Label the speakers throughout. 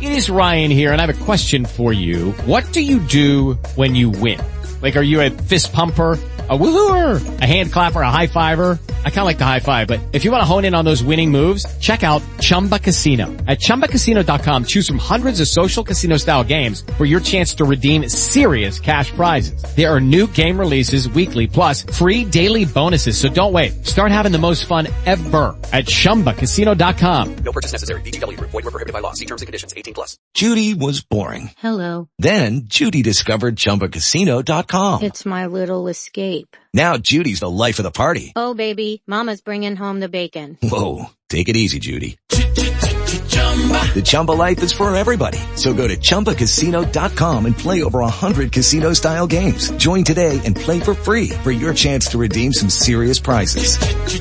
Speaker 1: It is Ryan here, and I have a question for you. What do you do when you win? Like, are you a fist pumper, a woohooer, a hand clapper, a high fiver? I kind of like the high five, but if you want to hone in on those winning moves, check out Chumba Casino. At ChumbaCasino.com, choose from hundreds of social casino-style games for your chance to redeem serious cash prizes. There are new game releases weekly, plus free daily bonuses, so don't wait. Start having the most fun ever at ChumbaCasino.com.
Speaker 2: No purchase necessary. VGW Group. Void where prohibited by law. See terms and conditions. 18+.
Speaker 3: Judy was boring.
Speaker 4: Hello.
Speaker 3: Then Judy discovered ChumbaCasino.com.
Speaker 4: It's my little escape.
Speaker 3: Now Judy's the life of the party.
Speaker 4: Oh, baby, mama's bringing home the bacon.
Speaker 3: Whoa, take it easy, Judy. The Chumba life is for everybody. So go to ChumbaCasino.com and play over 100 casino-style games. Join today and play for free for your chance to redeem some serious prizes.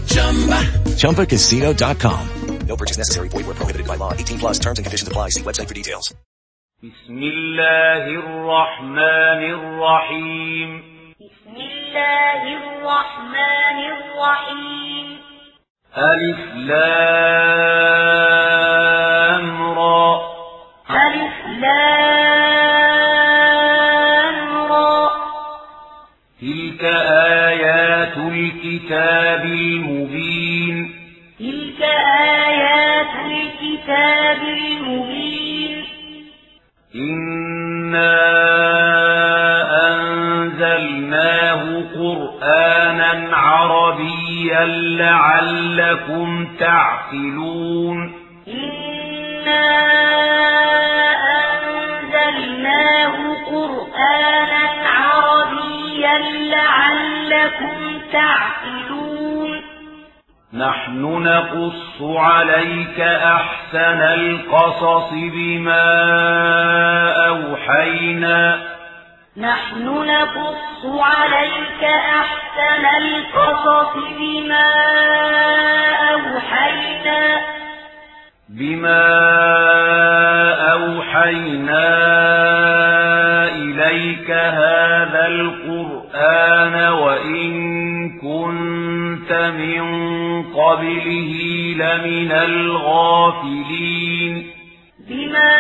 Speaker 3: ChumbaCasino.com.
Speaker 2: No purchase necessary. Void where prohibited by law. 18+. Terms and conditions apply. See website for details.
Speaker 5: بسم الله الرحمن الرحيم.
Speaker 6: بسم الله الرحمن الرحيم.
Speaker 5: ألف لام را.
Speaker 6: ألف لام را.
Speaker 5: تلك آيات الكتاب المبين.
Speaker 6: تلك آيات الكتاب المبين.
Speaker 5: إنا أنزلناه قرآنا عربيا لعلكم تعقلون.
Speaker 6: إنا أنزلناه قرآنا عربيا لعلكم تعقلون.
Speaker 5: نحن نقص عليك أحسن القصص
Speaker 6: نحن نقص عليك أحسن القصص
Speaker 5: بما أوحينا إليك هذا القرآن وإن كنت من قبله لمن الغافلين.
Speaker 6: بما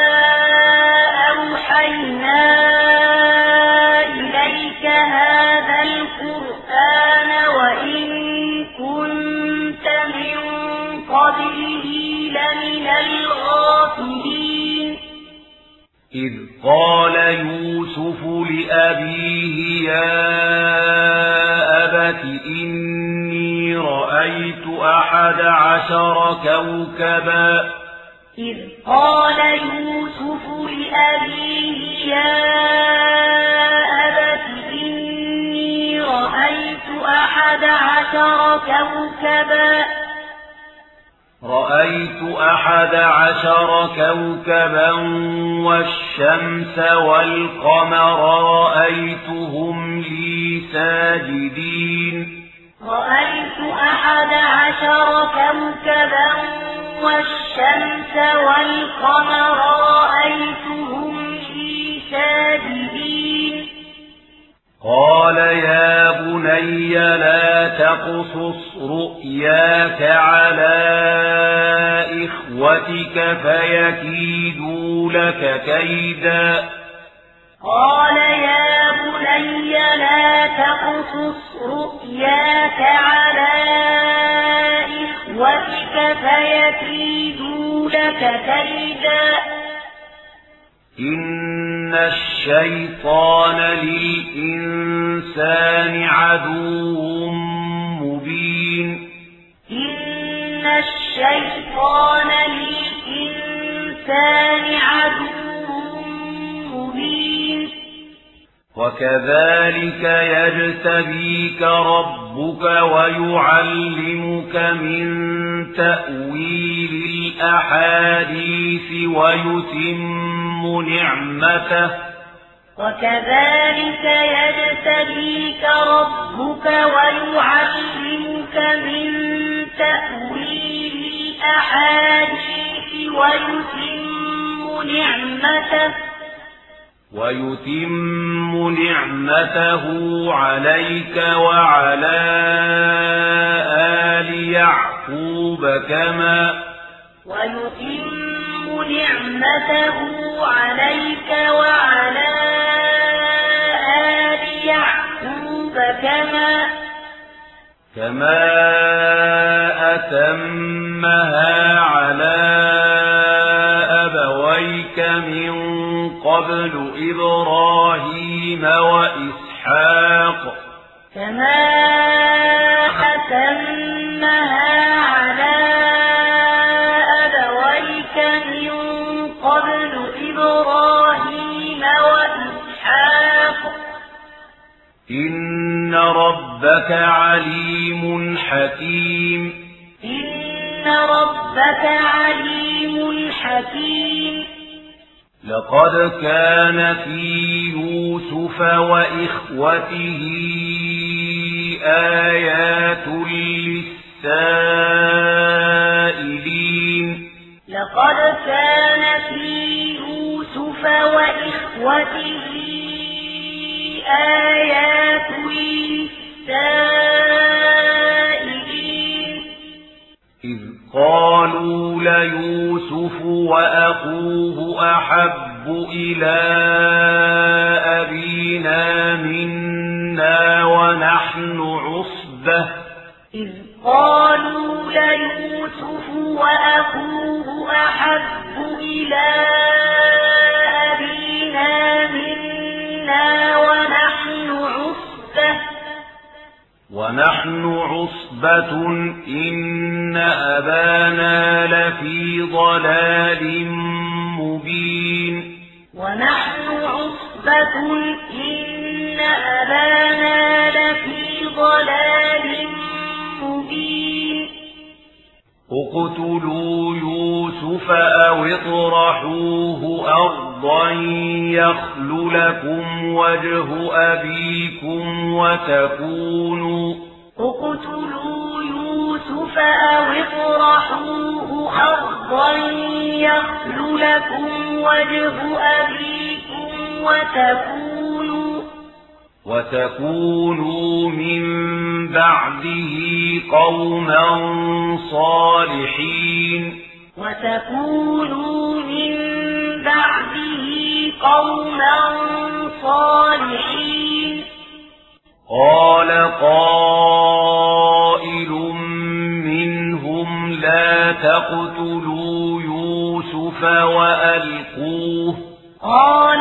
Speaker 6: أوحينا إليك هذا القرآن وإن كنت من قبله لمن الغافلين.
Speaker 5: إذ قال يوسف لأبيه يا أبت إني رأيت 11 كوكبا.
Speaker 6: إذ قال يوسف لأبيه يا أبت إني رأيت 11 كوكبا.
Speaker 5: رأيت 11 كوكبا والشمس والقمر رأيتهم لي ساجدين.
Speaker 6: رأيت 11 كوكبا والشمس والقمر رأيتهم لي ساجدين.
Speaker 5: قال يا بني لا تقصص رؤياك على إخوتك فيكيدوا لك كيدا.
Speaker 6: قال يا بني لا تقصص رؤياك على إخوتك فيكيدوا لك كيدا.
Speaker 5: إن الشيطان للإنسان عدو مبين.
Speaker 6: إن الشيطان للإنسان عدو مبين.
Speaker 5: وكذلك يجتبيك ربك ويعلمك من تأويل الأحاديث
Speaker 6: وكذلك يجتبيك ربك ويعلمك من تأويل الأحاديث
Speaker 5: ويتم نعمته عليك وعلى آل يعقوب كما
Speaker 6: نعمته عليك وعلى آل يعقوب
Speaker 5: كما أتمها على أبويك من قبل إبراهيم وإسحاق
Speaker 6: كما أتمها على أبويك من قبل إبراهيم وإسحاق
Speaker 5: إن ربك عليم حكيم
Speaker 6: إن ربك عليم حكيم
Speaker 5: لقد كان في يوسف وإخوته آيات للسائلين
Speaker 6: لقد كان في يوسف وإخوته آيات للسائلين
Speaker 5: إذ قالوا ليوسف وأخوه أحب إلى أبينا منا ونحن عصبة
Speaker 6: إذ قالوا ليوسف وأخوه أحب إلى أبينا منا
Speaker 5: ونحن عصبة إن أبانا لفي ضلال مبين
Speaker 6: ونحن عصبة إن أبانا لفي ضلال مبين
Speaker 5: اقتلوا يوسف أو اطرحوه أرضا يخل لكم وجه أبيكم وتكونوا
Speaker 6: اقتلوا يوسف أو اطرحوه أرضا يخل لكم وجه أبيكم
Speaker 5: وتكونوا من بعده قوما صالحين
Speaker 6: وتكونوا من بعده قوما صالحين
Speaker 5: قال قائل منهم لا تقتلوا يوسف وألقوه
Speaker 6: قال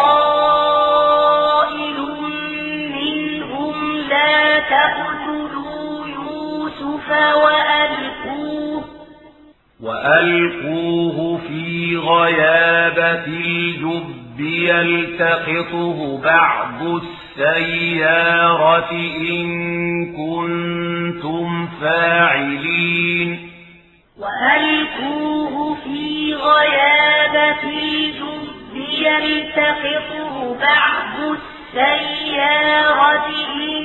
Speaker 6: قائل منهم لا تقتلوا يوسف
Speaker 5: وألقوه في غيابة الجب يلتقطه بعض السيارة إن كنتم فاعلين
Speaker 6: وألقوه في غيابة الجب يلتقطه بعض السيارة إن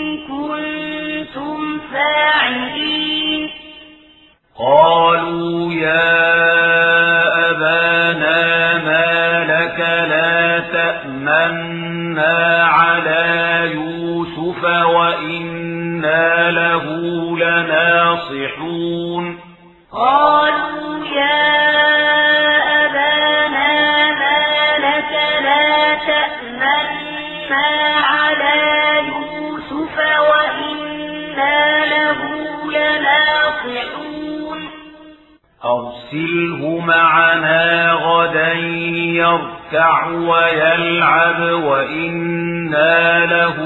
Speaker 6: كنتم فاعلين
Speaker 5: قالوا يا أبانا ما لك لا تأمنا على يوسف وإنا له لناصحون
Speaker 6: قالوا يا أبانا ما لك لا تأمنا على يوسف وإنا له لناصحون
Speaker 5: أرسله معنا غدا يرتع ويلعب وإنا له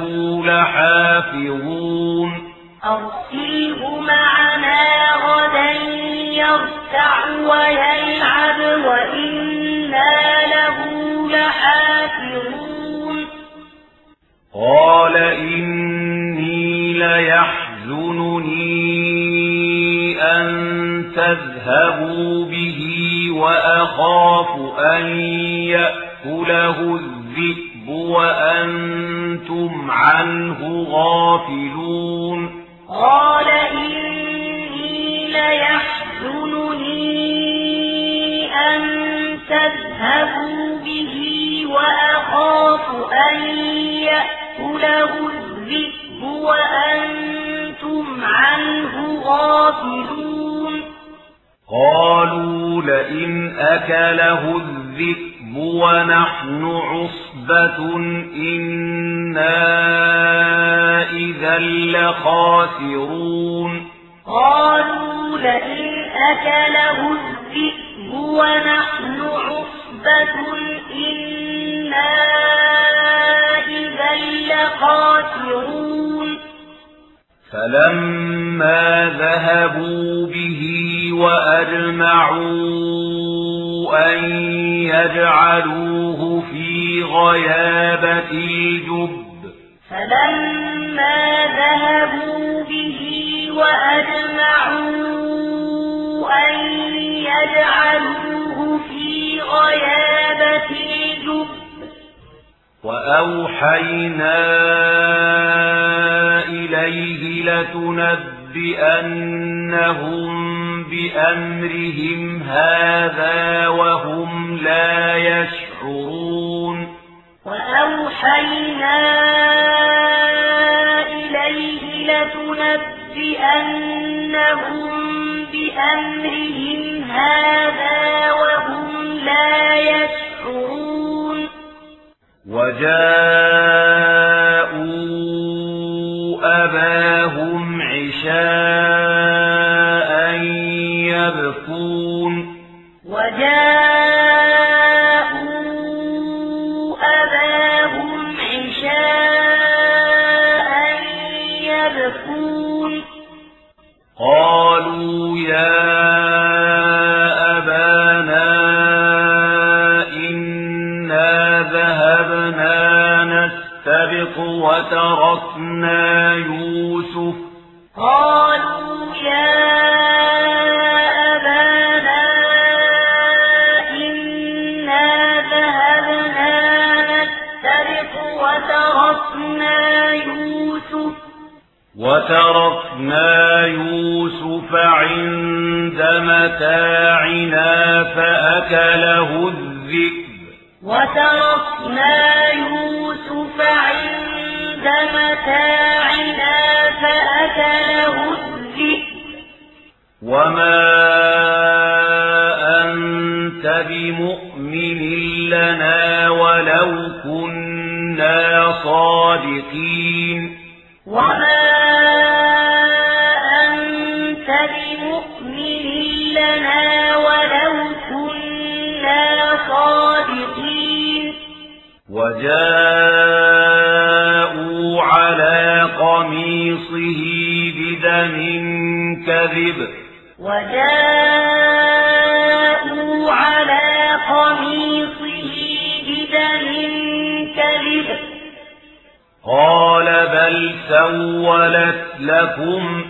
Speaker 5: لحافظون
Speaker 6: أرسله معنا غدا يرتع ويلعب وإنا له لحافظون
Speaker 5: قال إني ليحزنني أن تذهبوا به وأخاف أن يأكله الذئب وأنتم عنه غافلون
Speaker 6: قال إني ليحزنني أن تذهبوا به وأخاف أن يأكله الذئب وأنتم عنه غافلون
Speaker 5: قالوا لئن أكله الذئب ونحن عصبة إنا إذا لخاسرون
Speaker 6: قالوا لئن أكله الذئب ونحن عصبة إنا إذا لخاسرون
Speaker 5: فلما ذهبوا به وأجمعوا أن يجعلوه في غيابة الجب
Speaker 6: فلما ذهبوا به وأجمعوا أن يجعلوه في غيابة الجب
Speaker 5: وأوحينا إليه لتنبئنهم بأمرهم هذا وهم لا يشعرون
Speaker 6: وأوحينا إليه لتنبئنهم بأمرهم هذا وهم لا يشعرون
Speaker 5: وجاءوا أباهم عشاء يبكون
Speaker 6: وجاءوا أباهم عشاء يبكون
Speaker 5: قالوا يا أبانا إنا ذهبنا نستبق وتركنا يوسف
Speaker 6: قالوا يا أبانا إنا ذهبنا نستبق
Speaker 5: وتركنا يوسف عند متاعنا فأكله الذئب
Speaker 6: وتركنا يوسف عند متاعنا فأكله الذئب
Speaker 5: وما أنت بمؤمن لنا ولو كنا صادقين
Speaker 6: وما أنت بمؤمن لنا ولو كنا صادقين
Speaker 5: وجاءوا على قميصه بدم كذب
Speaker 6: وجاءوا على قميصه بدم كذب
Speaker 5: قال بل سولت لكم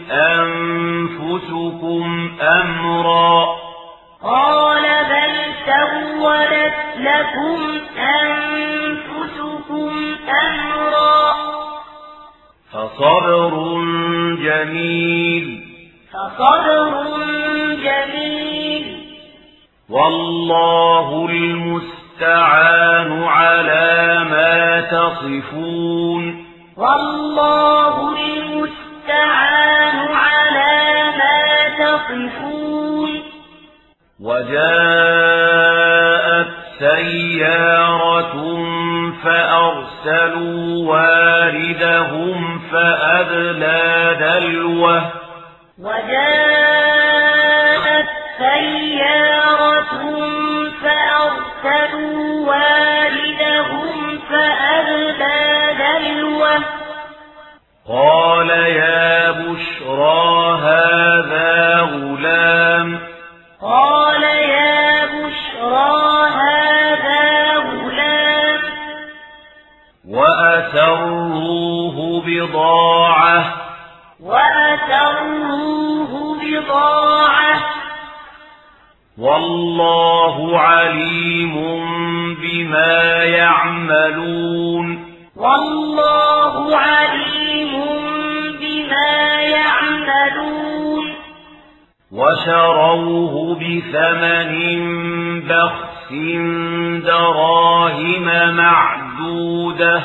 Speaker 5: أنفسكم أمرا
Speaker 6: قال بل سولت لكم أنفسكم أمرا
Speaker 5: فصبر جميل والله المستعان على ما تصفون
Speaker 6: والله المستعان على ما تصفون
Speaker 5: وجاءت سيارة فأرسلوا واردهم فأدلى دلوه
Speaker 6: وجاءت سيارة فأرسلوا واردهم فأدلى دلوه
Speaker 5: قال يا بشرى هذا غلام
Speaker 6: قال يا بشرى هذا غلام
Speaker 5: وأسروه بضاعة والله عليم بما يعملون
Speaker 6: والله عليم بما يعملون
Speaker 5: وشروه بثمن بخس دراهم معدودة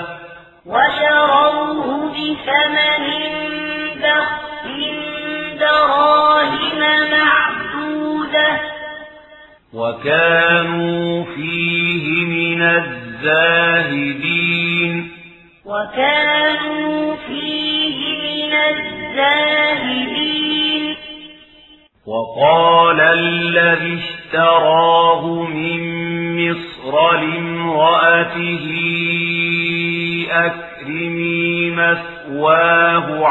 Speaker 6: وشروه بثمن بخس دراهم معدودة
Speaker 5: وكانوا فيه من الزاهدين وقال الذي اشتراه من مصر لامرأته أكرمي مثواه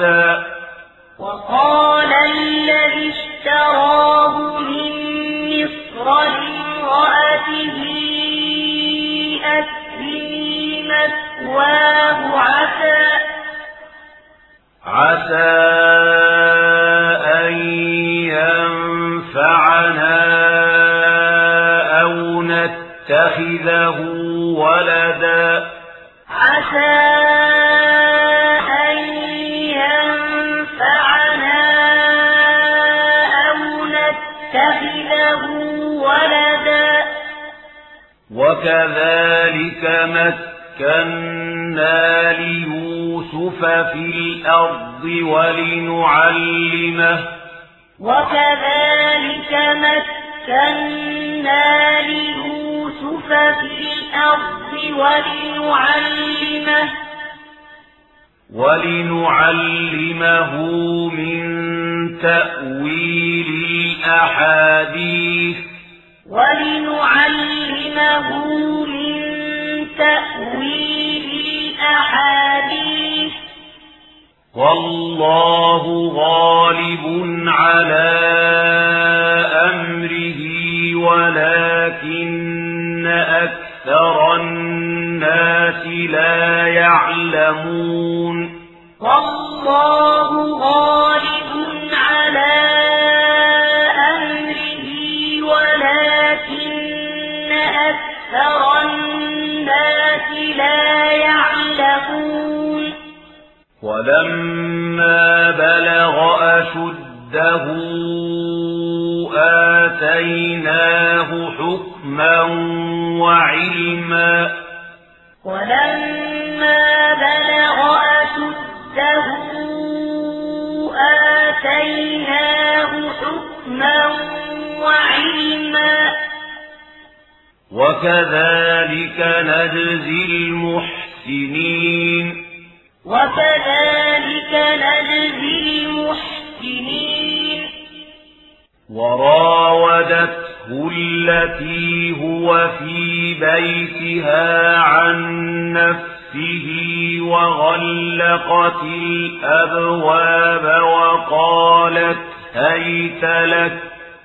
Speaker 5: عسى أن ينفعنا أو نتخذه ولدا وكذلك مكنا ليوسف في الأرض ولنعلمه من تأويل الأحاديث والله غالب على أمره ولكن أكثر الناس لا يعلمون ولما بلغ أشده آتيناه حكما وعلما وكذلك نجزي المحسنين وراودته التي هو في بيتها عن نفسه وغلقت الأبواب وقالت هيت لك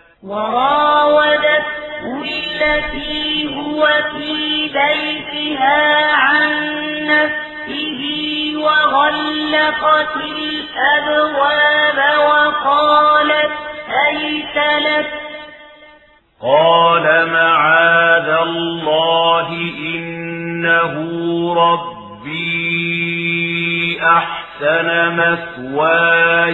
Speaker 5: قال معاذ الله إنه ربي أحسن مثواي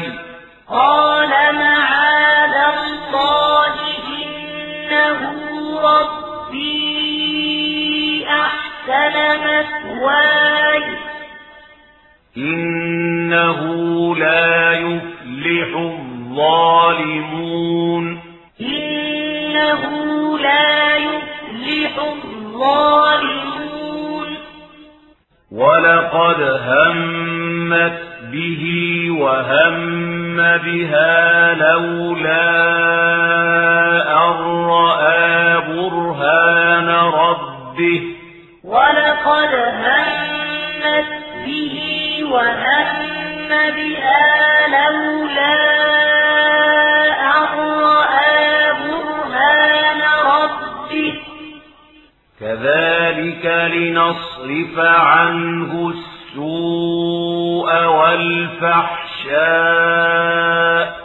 Speaker 5: إنه لا يفلح الظالمون ولقد همت به وهم بها لولا أن رأى برهان ربه كذلك لنصرف عنه السوء والفحشاء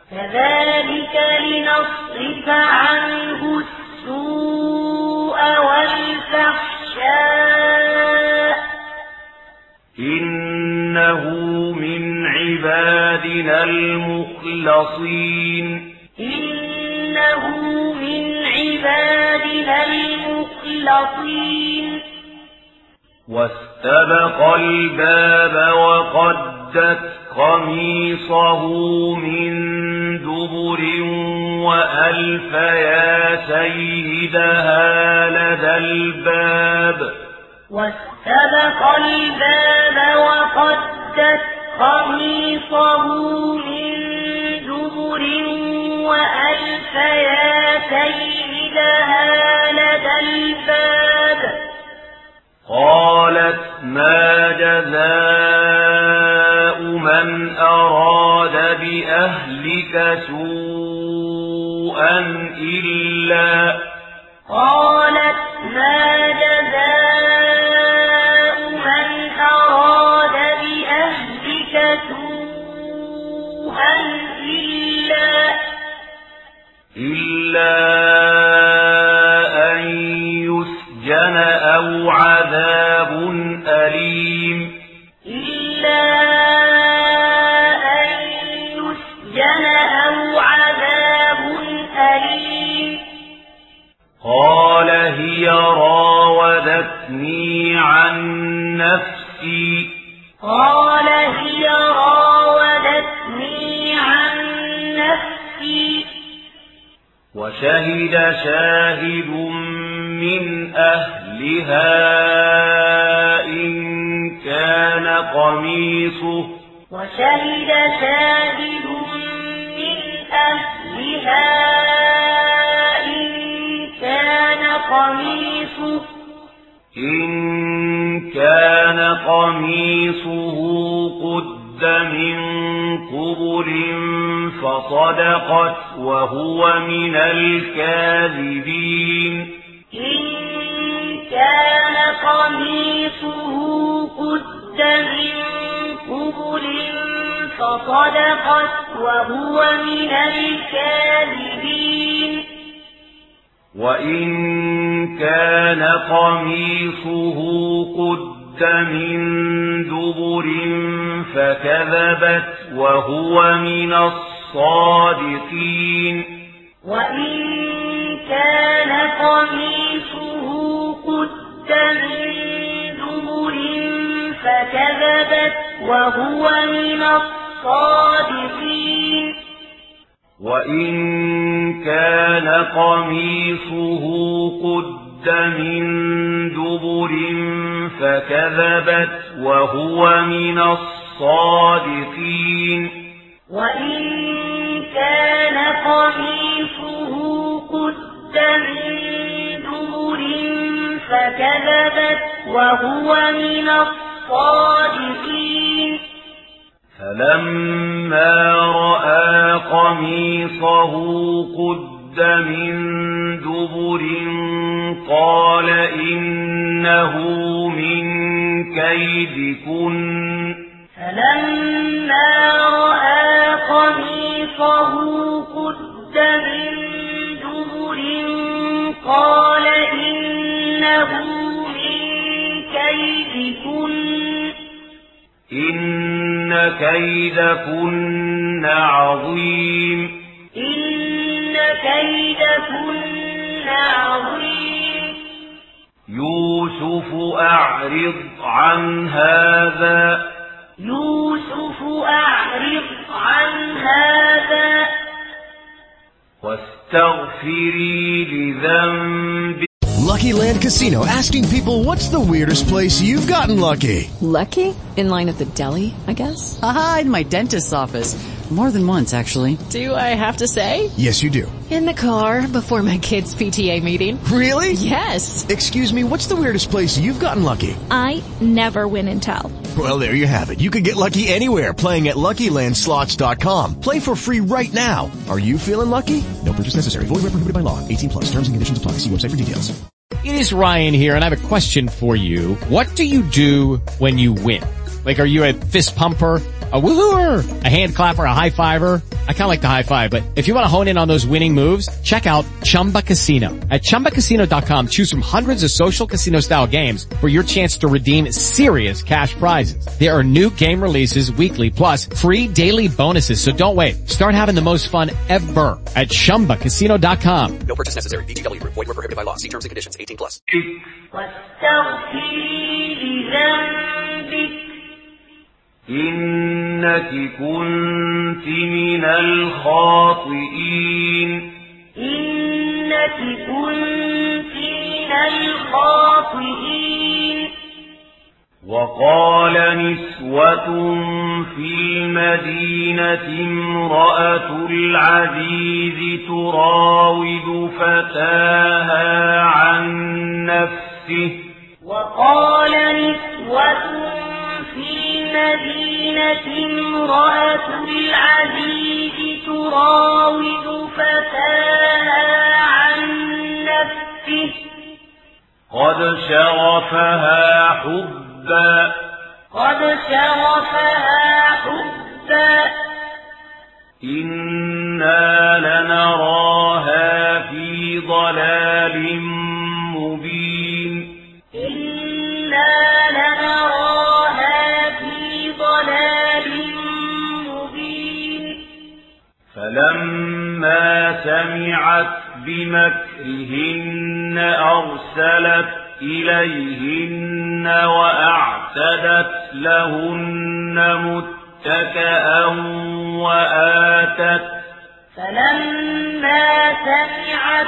Speaker 5: إنه من عبادنا المخلصين واستبق الباب وقدت قميصه من دبر وألف يا سيدها لدى الباب
Speaker 6: واستبق الباب وقدت قميصه من دبر وألف يا سيدها لدى الباب
Speaker 5: قالت ما جزاء من أراد بأهلك سوءا إلا
Speaker 6: قالت ما جزاء من أراد بأهلك سوءا إلا
Speaker 5: أن يسجن أو عذاب أليم
Speaker 6: إلا أن يسجن أو عذاب أليم
Speaker 5: قال هي راودتني عن نفسي
Speaker 6: قال هي راودتني عن نفسي
Speaker 5: وشهد شاهد من أهلها إن كان قميصه
Speaker 6: وشهد شاهد من أهلها
Speaker 5: إن كان قميصه قد من قبل فصدقت وهو من الكاذبين
Speaker 6: إن كان قميصه قد من قبل فصدقت وهو من الكاذبين
Speaker 5: وإن كان قميصه قد من دبر فكذبت وهو من الصادقين
Speaker 6: وإن كان قميصه قد من دبر فكذبت وهو من الصادقين
Speaker 5: وإن كان قميصه قد من دبر فكذبت وهو من الصادقين
Speaker 6: وإن كان قميصه قد من دبر فكذبت وهو من الصادقين
Speaker 5: فلما رأى قميصه قد من دبر قال إنه من كيدكن
Speaker 6: فلما رأى قميصه قد من دبر قال إنه من كيدكن
Speaker 5: إن كيدكن عظيم
Speaker 6: إن كيدكن عظيم
Speaker 5: يوسف أعرض عن هذا
Speaker 6: يوسف أعرض عن هذا
Speaker 5: واستغفري لذنبك.
Speaker 7: Lucky Land Casino, asking people, what's the weirdest place you've gotten lucky?
Speaker 8: Lucky? In line at the deli, I guess?
Speaker 9: Aha, in my dentist's office. More than once, actually.
Speaker 8: Do I have to say?
Speaker 7: Yes, you do.
Speaker 8: In the car before my kids' PTA meeting.
Speaker 7: Really?
Speaker 8: Yes.
Speaker 7: Excuse me, what's the weirdest place you've gotten lucky?
Speaker 10: I never win and tell.
Speaker 7: Well, there you have it. You can get lucky anywhere, playing at LuckyLandSlots.com. Play for free right now. Are you feeling lucky? No purchase necessary. Void where prohibited by law. 18+. Terms and conditions apply. See website for details.
Speaker 1: It is Ryan here, and I have a question for you. What do you do when you win? Like, are you a fist pumper, a woohooer, a hand clapper, a high fiver? I kind of like the high five, but if you want to hone in on those winning moves, check out Chumba Casino. At ChumbaCasino.com, choose from hundreds of social casino style games for your chance to redeem serious cash prizes. There are new game releases weekly, plus free daily bonuses. So don't wait. Start having the most fun ever at ChumbaCasino.com.
Speaker 2: No purchase necessary. VGW Group. Void where prohibited by law. See terms and conditions. 18+.
Speaker 6: واستغفري لذنبك
Speaker 5: إنك كنت من الخاطئين
Speaker 6: إنك كنت من الخاطئين
Speaker 5: وقال نسوة في المدينة امرأة العزيز تراود فتاها عن نفسه
Speaker 6: وقال نسوة في المدينة امرأة العزيز تراود فتاها عن نفسه
Speaker 5: قد شغفها حبا إنا لنراها في ضلال مبين فلما سمعت بمكرهن أرسلت إليهن وأعتدت لهن متكئا
Speaker 6: فلما سمعت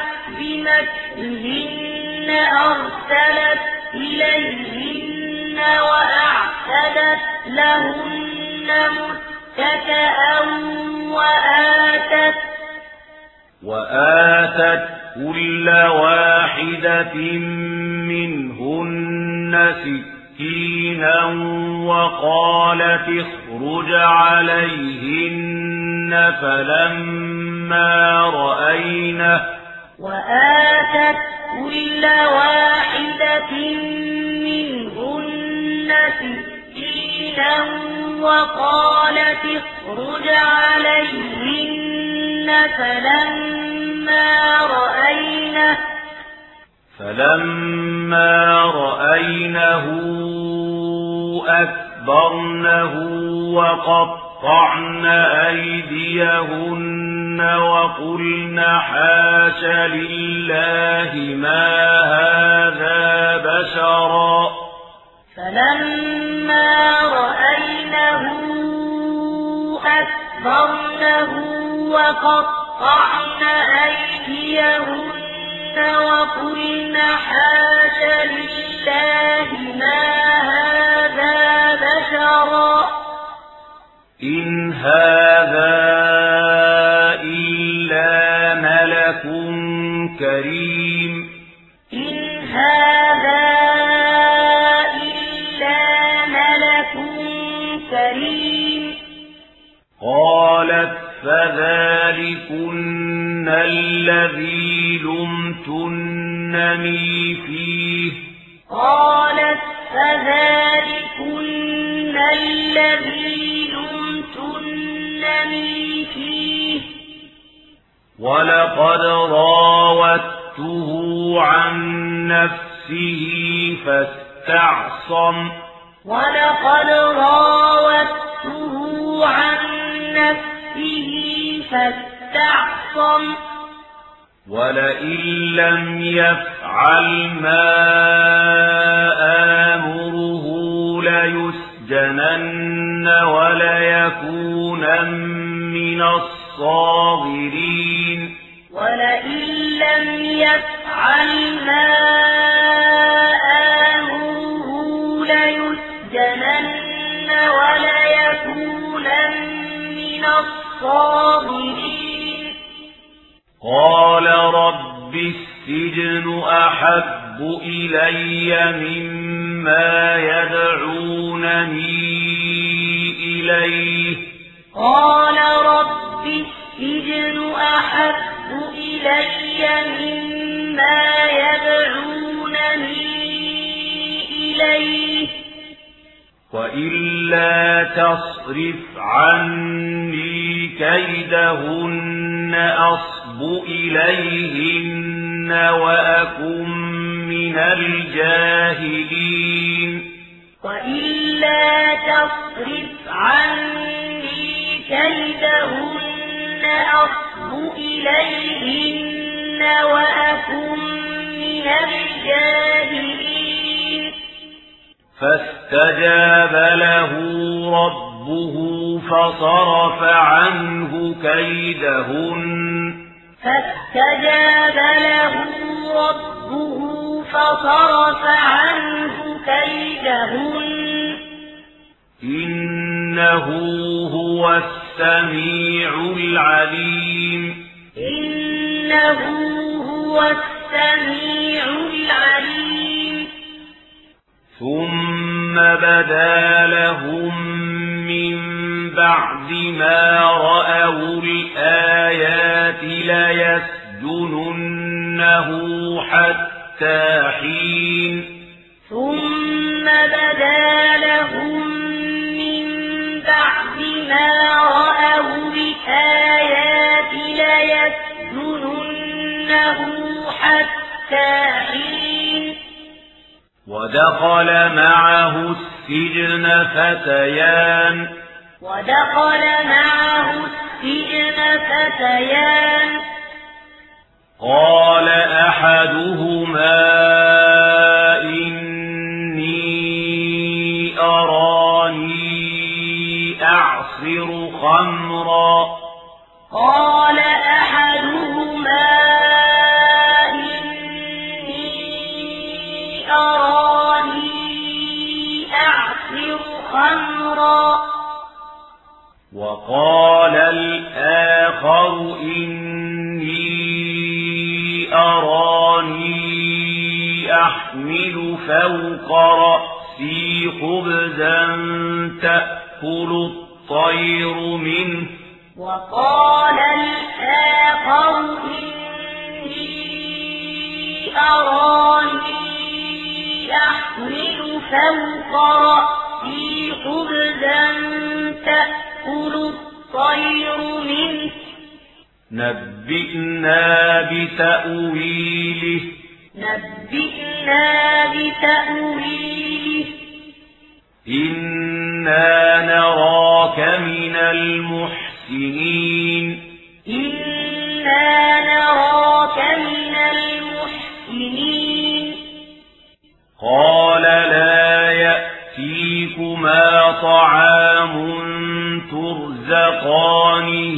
Speaker 6: بمكرهن أرسلت إليهن وأعتدت لهن متكئا
Speaker 5: وآتت كل واحدة منهن سكينا وقالت اخرج عليهن فلما رأينه
Speaker 6: وآتت كل واحدة منهن سكينا وقالت اخرج عليهن
Speaker 5: فلما رأينه أكبرنه وقطعن أيديهن وقلن حاش لله ما هذا بشرا
Speaker 6: فلما رأينه أكبرنه وقطعن أيديهن وقلن حاش لله ما هذا بشرا
Speaker 5: إن هذا إلا ملك كريم
Speaker 6: إن هذا إلا ملك كريم
Speaker 5: قالت فذلكن الذي لمتنني فيه
Speaker 6: قالت فذلكن الذي لمتنني فيه
Speaker 5: ولقد راودته عن نفسه فاستعصم
Speaker 6: ولقد راودته عن نفسه فاستعصم
Speaker 5: ولئن لم يفعل ما آمره ليسجنن وليكونن من الصاغرين
Speaker 6: ولئن لم يفعل ما آمره ليسجنن وليكونن من الصاغرين
Speaker 5: قال رب السجن أحب إلي مما يدعونني إليه
Speaker 6: قال رب السجن أحب إلي مما يدعونني إليه
Speaker 5: وإلا تصرف عني كيدهن أصب إليهن وأكن من الجاهلين
Speaker 6: وإلا تصرف عني كيدهن أصب إليهن وأكن من الجاهلين
Speaker 5: فاستجاب له ربه فصرف عنه كيدهن
Speaker 6: فاستجاب له ربه فصرف عنه كيدهن
Speaker 5: إنه هو السميع العليم
Speaker 6: إنه هو السميع العليم
Speaker 5: ثم بدا لهم من بعد ما رأوا الآيات ليسجننه حتى حين
Speaker 6: ثم بدا لهم من بعد ما رأوا الآيات ليسجننه حتى حين
Speaker 5: ودخل معه السجن فتيان قال أحدهما إني أراني أعصر خمرا
Speaker 6: قال أحدهما إني أراني أعصر خمرا
Speaker 5: وقال الآخر إني أراني أحمل فوق رأسي خبزا تأكل الطير منه
Speaker 6: وقال الآخر إني أراني أحمل فوق رأسي خبزا تأكل الطير منه
Speaker 5: نبئنا بتأويله إنا نراك من المحسنين قال لا يأتيكما طعام ترزقانه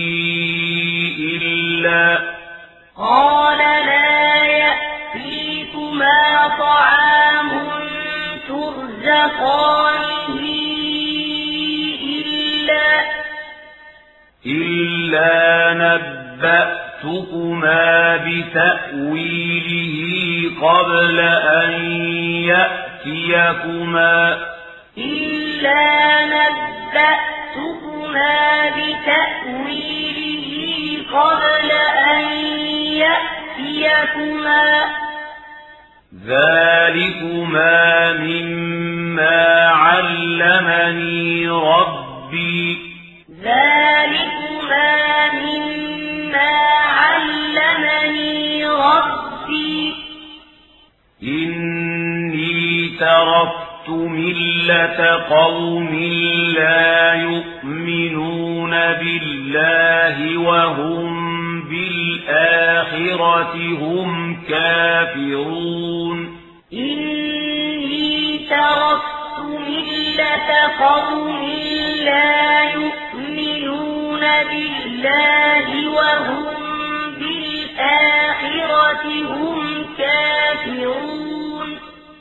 Speaker 5: إلا نبأتكما بتأويله قبل أن يأتيكما ذلكما مما علمني ربي إني تركت ملة قوم لا يؤمنون بالله وهم بالآخرة هم كافرون
Speaker 6: إني تركت ملة قوم لا يؤمنون بالله وهم بالآخرة هم كافرون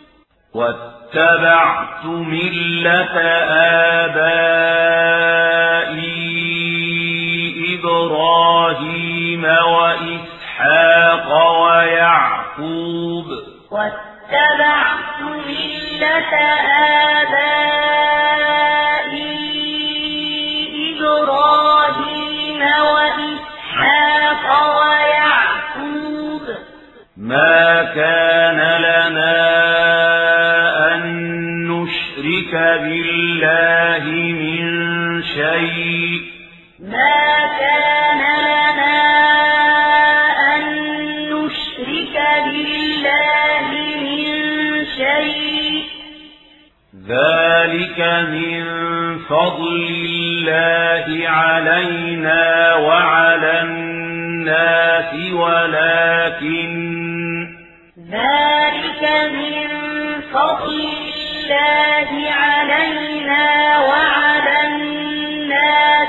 Speaker 5: واتبعت ملة آبائي إبراهيم وإسحاق ويعقوب
Speaker 6: واتبعت ملة آبائي إبراهيم وإسحاق ويعقوب
Speaker 5: ما كان لنا أن نشرك بالله من شيء ذلك من فضل الله علينا وعلى الناس ولكن
Speaker 6: ذلك من فضل الله علينا وعلى الناس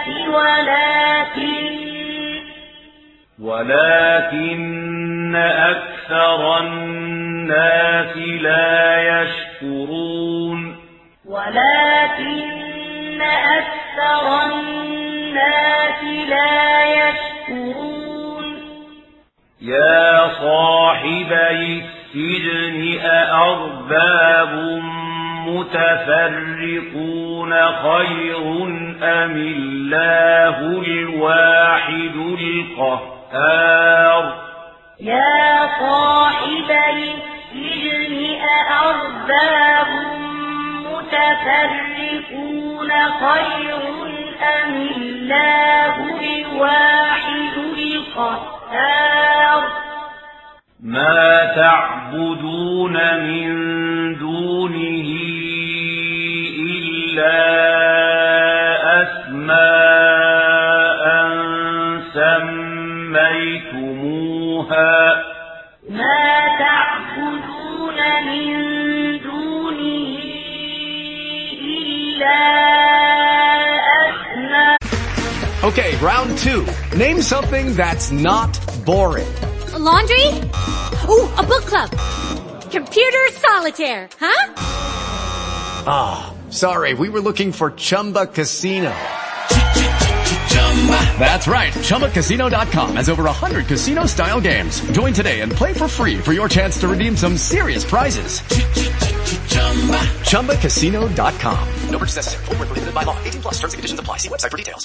Speaker 5: ولكن أكثر الناس لا يشكرون
Speaker 6: ولكن أكثر الناس لا يشكرون
Speaker 5: يا صاحبي السجن أأرباب متفرقون خير أم الله الواحد القهار
Speaker 6: يا صاحبي السجن أأرباب متفرقون خير أم الله الواحد القهار
Speaker 5: ما تعبدون من دونه إلا أسماء سميتموها
Speaker 6: ما تعبدون من دونه إلا أسماء.
Speaker 11: Okay, round 2. Name something that's not boring.
Speaker 12: Laundry? Ooh, a book club. Computer solitaire, huh?
Speaker 11: Ah, sorry, we were looking for Chumba Casino. That's right, ChumbaCasino.com has over 100 casino-style games. Join today and play for free for your chance to redeem some serious prizes. ChumbaCasino.com.
Speaker 2: No purchase necessary. Void where prohibited by law. 18 plus terms and conditions apply. See website for details.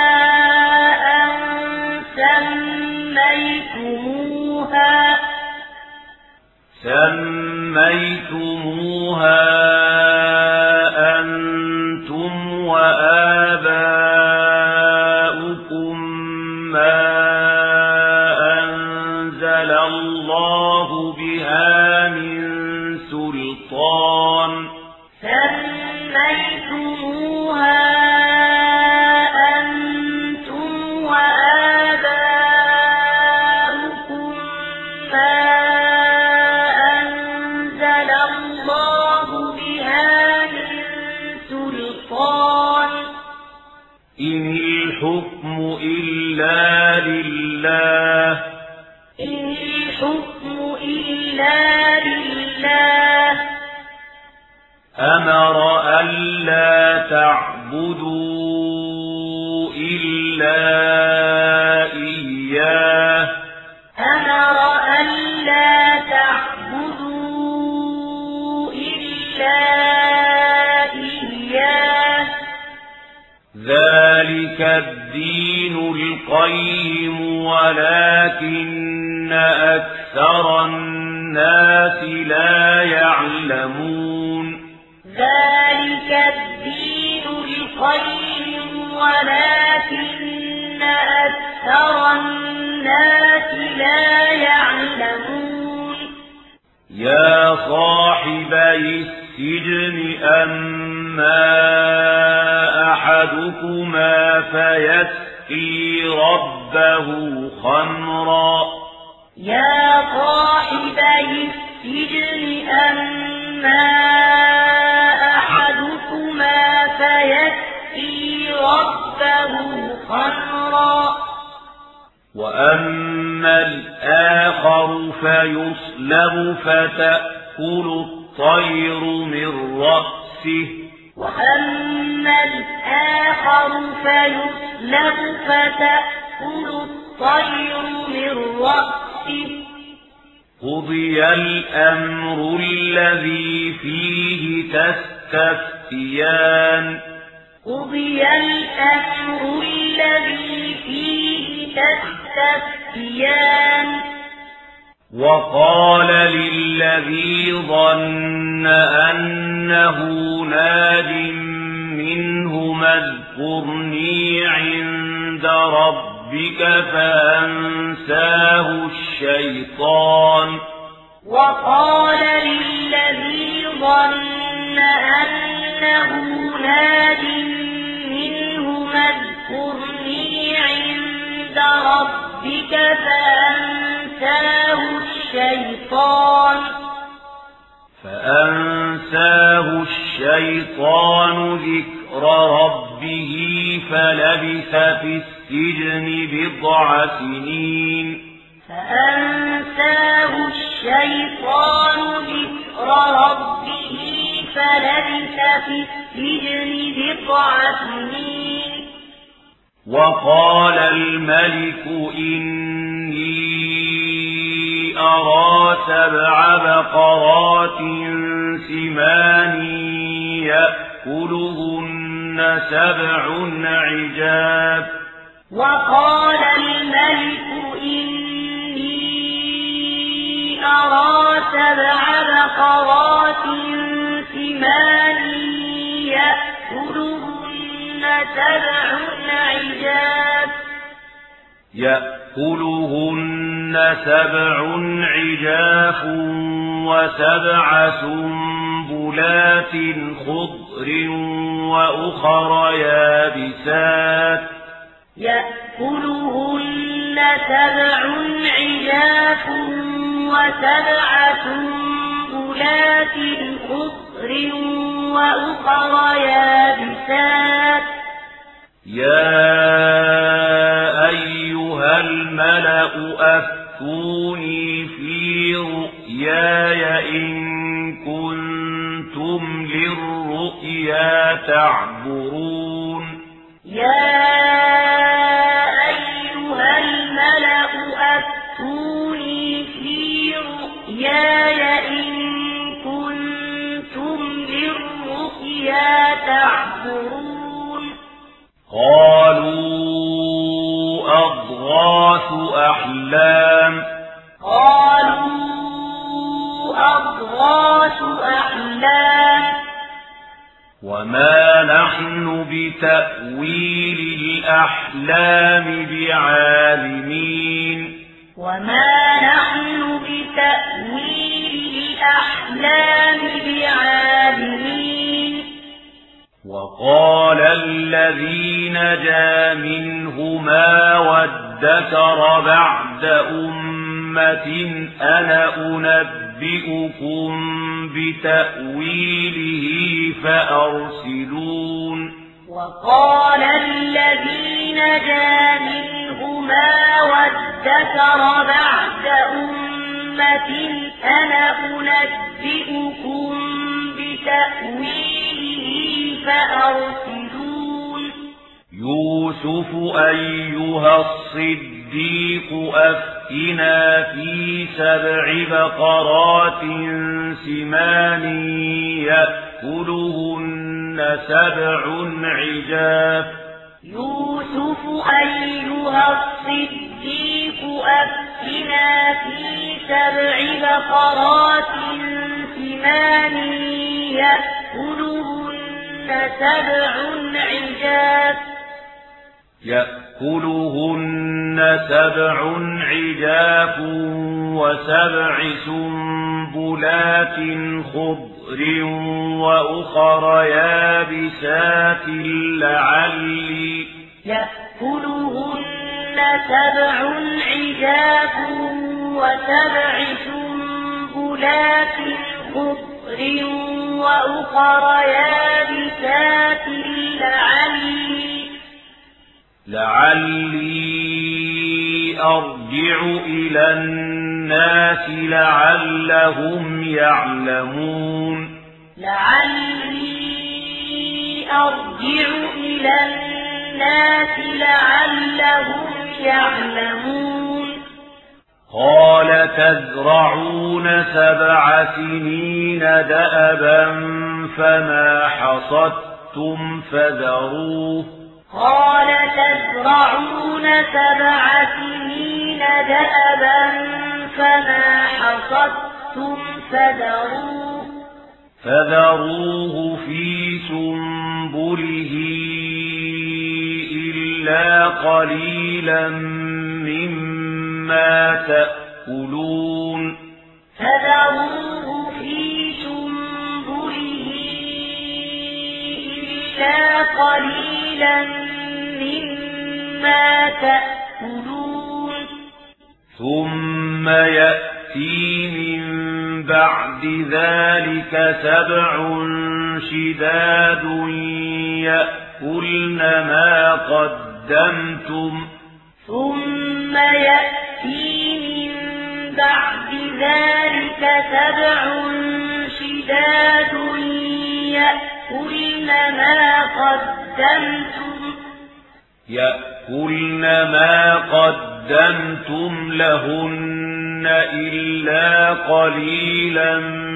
Speaker 5: سميتموها أنتم وآباؤكم ما أنزل الله بها من سلطان
Speaker 6: سميتموها أنتم وآباؤكم ما أنزل الله بها من سلطان
Speaker 5: إن الحكم إلا لله
Speaker 6: إن الحكم إلا لله
Speaker 5: أمر ألا تعبدوا إلا إياه
Speaker 6: أمر ألا تعبدوا إلا إياه
Speaker 5: ذلك الدين القيم ولكن أكثر الناس لا يعلمون
Speaker 6: ذلك الدين القيم ولكن أكثر الناس لا يعلمون
Speaker 5: يا صاحبي السجن أما أحدكما فيسقي ربه خمرا
Speaker 6: يا صاحبي السجن أما أحدكما فيسقي ربه خمرا
Speaker 5: وأما الآخر فيصلب فتأكل الطير من رأسه
Speaker 6: وأما الآخر فيصلب فتأكل الطير من رأسه
Speaker 5: قضي الأمر الذي فيه تستفتيان
Speaker 6: قضي الأمر الذي فيه تستفتيان
Speaker 5: وقال للذي ظن أنه ناج منهما اذكرني عند ربك فأنساه الشيطان
Speaker 6: وقال للذي ظن أنه ناج منهما اذكرني عند ربك فأنساه الشيطان
Speaker 5: الشيطان ذكر ربه فلبث في السجن بضع سنين
Speaker 6: فأنساه الشيطان ذكر ربه فلبث في السجن بضع سنين
Speaker 5: وقال الملك إني أرى 7 بقرات سمان يأكلهن 7 عجاف
Speaker 6: وقال الملك إني أرى 7 بقرات سمان يأكلهن 7 عجاف و7 سنبلات خضر وأخر يابسات يأكلهن 7 عجاف و7 سنبلات خضر وأخر يابسات
Speaker 5: يا أيها الملأ أفتوني في رؤياي إن كنتم للرؤيا تعبرون
Speaker 6: يا أيها الملأ أفتوني في رؤياي إن كنتم للرؤيا تعبرون
Speaker 5: قالوا أضغاث أحلام وما نحن بتأويل الأحلام بعالمين وقال الذي نجا منهما وادكر بعد أمة أنا أنبئكم بتأويله فأرسلون
Speaker 6: وقال الذي نجا منهما وادكر بعد أمة أنا أنبئكم بتأويله فأرسلون
Speaker 5: يوسف أيها الصديق أفتنا في 7 بقرات سمان يأكلهن 7 عجاف
Speaker 6: يوسف أيها الصديق أفتنا في 7 بقرات سمان يأكلهن
Speaker 5: 7 عجاف و7 سنبلات خضر وأخر يابسات لعلي
Speaker 6: يأكلهن 7 عجاف و7 سنبلات خضر وأخر يابسات
Speaker 5: لعلي أرجع إلى الناس لعلهم يعلمون قال تزرعون 7 سنين دأبا فما حصدتم فذروه فذروه في سنبله إلا قليلا مما تأكلون ثم يأتي من بعد ذلك 7 شداد يأكلن ما قدمتم
Speaker 6: ثم يأتي من بعد ذلك 7 شداد يأكلن ما قدمتم لهن إلا قليلا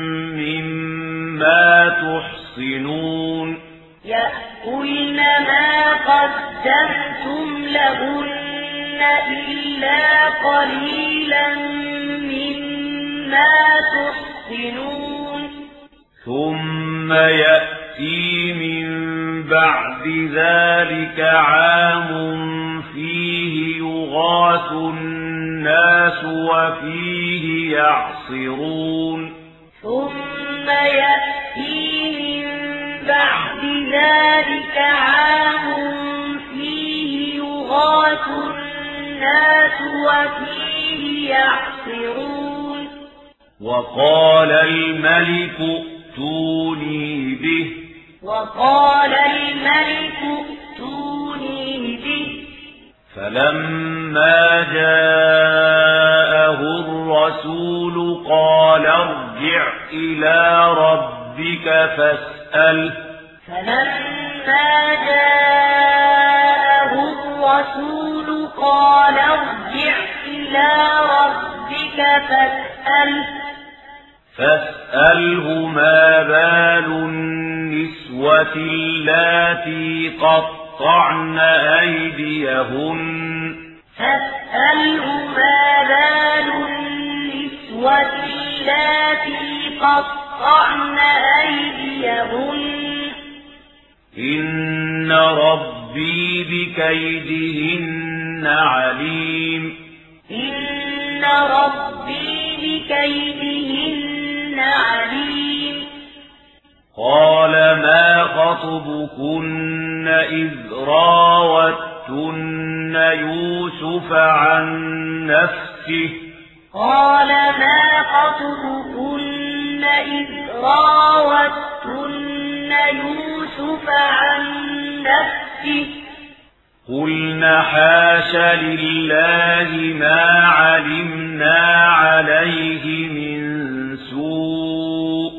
Speaker 6: مما تحصنون يأكلن ما قدمتم لهن إلا قليلا مما تحصنون
Speaker 5: ثم يأتي من بعد ذلك عام فيه يغاث الناس وفيه يعصرون
Speaker 6: ثم يأتي من بعد ذلك عام فيه يغاث الناس وفيه يعصرون
Speaker 5: وقال الملك ائتوني به فلما جاءه الرسول قال ارجع إلى ربك فاسأله فاسأله ما بال النسوة اللاتي قطعن أيديهن إن ربي بكيدهن عليم قال ما خطبكن إذ راوتن يوسف عن نفسه قلنا حاش لله ما علمنا عليه من سوء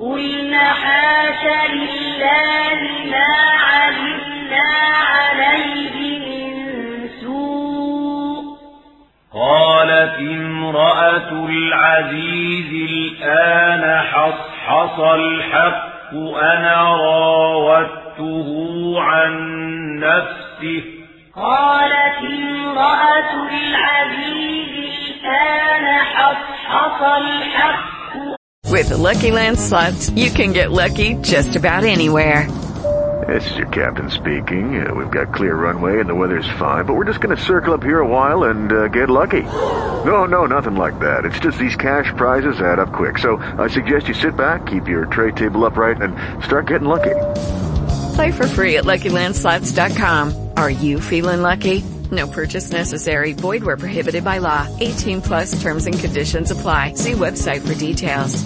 Speaker 5: قالت امرأة العزيز الآن حصحص الحق أنا راودته عن نفسه
Speaker 13: With the Lucky Land Slots, you can get lucky just about anywhere.
Speaker 14: This is your captain speaking. We've got clear runway and the weather's fine, but we're just going to circle up here a while and get lucky. No, nothing like that. It's just these cash prizes add up quick. So I suggest you sit back, keep your tray table upright, and start getting lucky.
Speaker 13: Play for free at LuckyLandSlots.com. Are you feeling lucky? No purchase necessary. Void where prohibited by law. 18 plus terms and conditions apply. See website for details.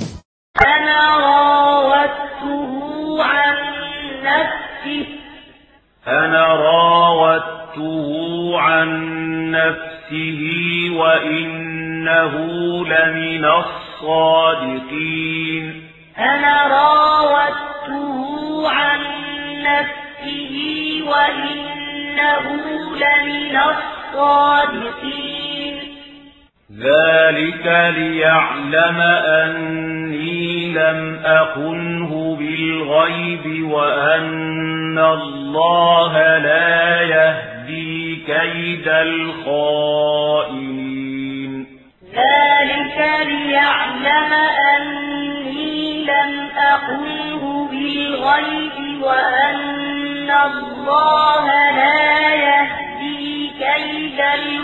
Speaker 5: أنا راودته عن نفسه وإنه لمن الصادقين ذلك ليعلم أني لم أخنه بالغيب وأن الله لا يهدي كيد الخائنين
Speaker 6: وأن الله لا يهدي كيد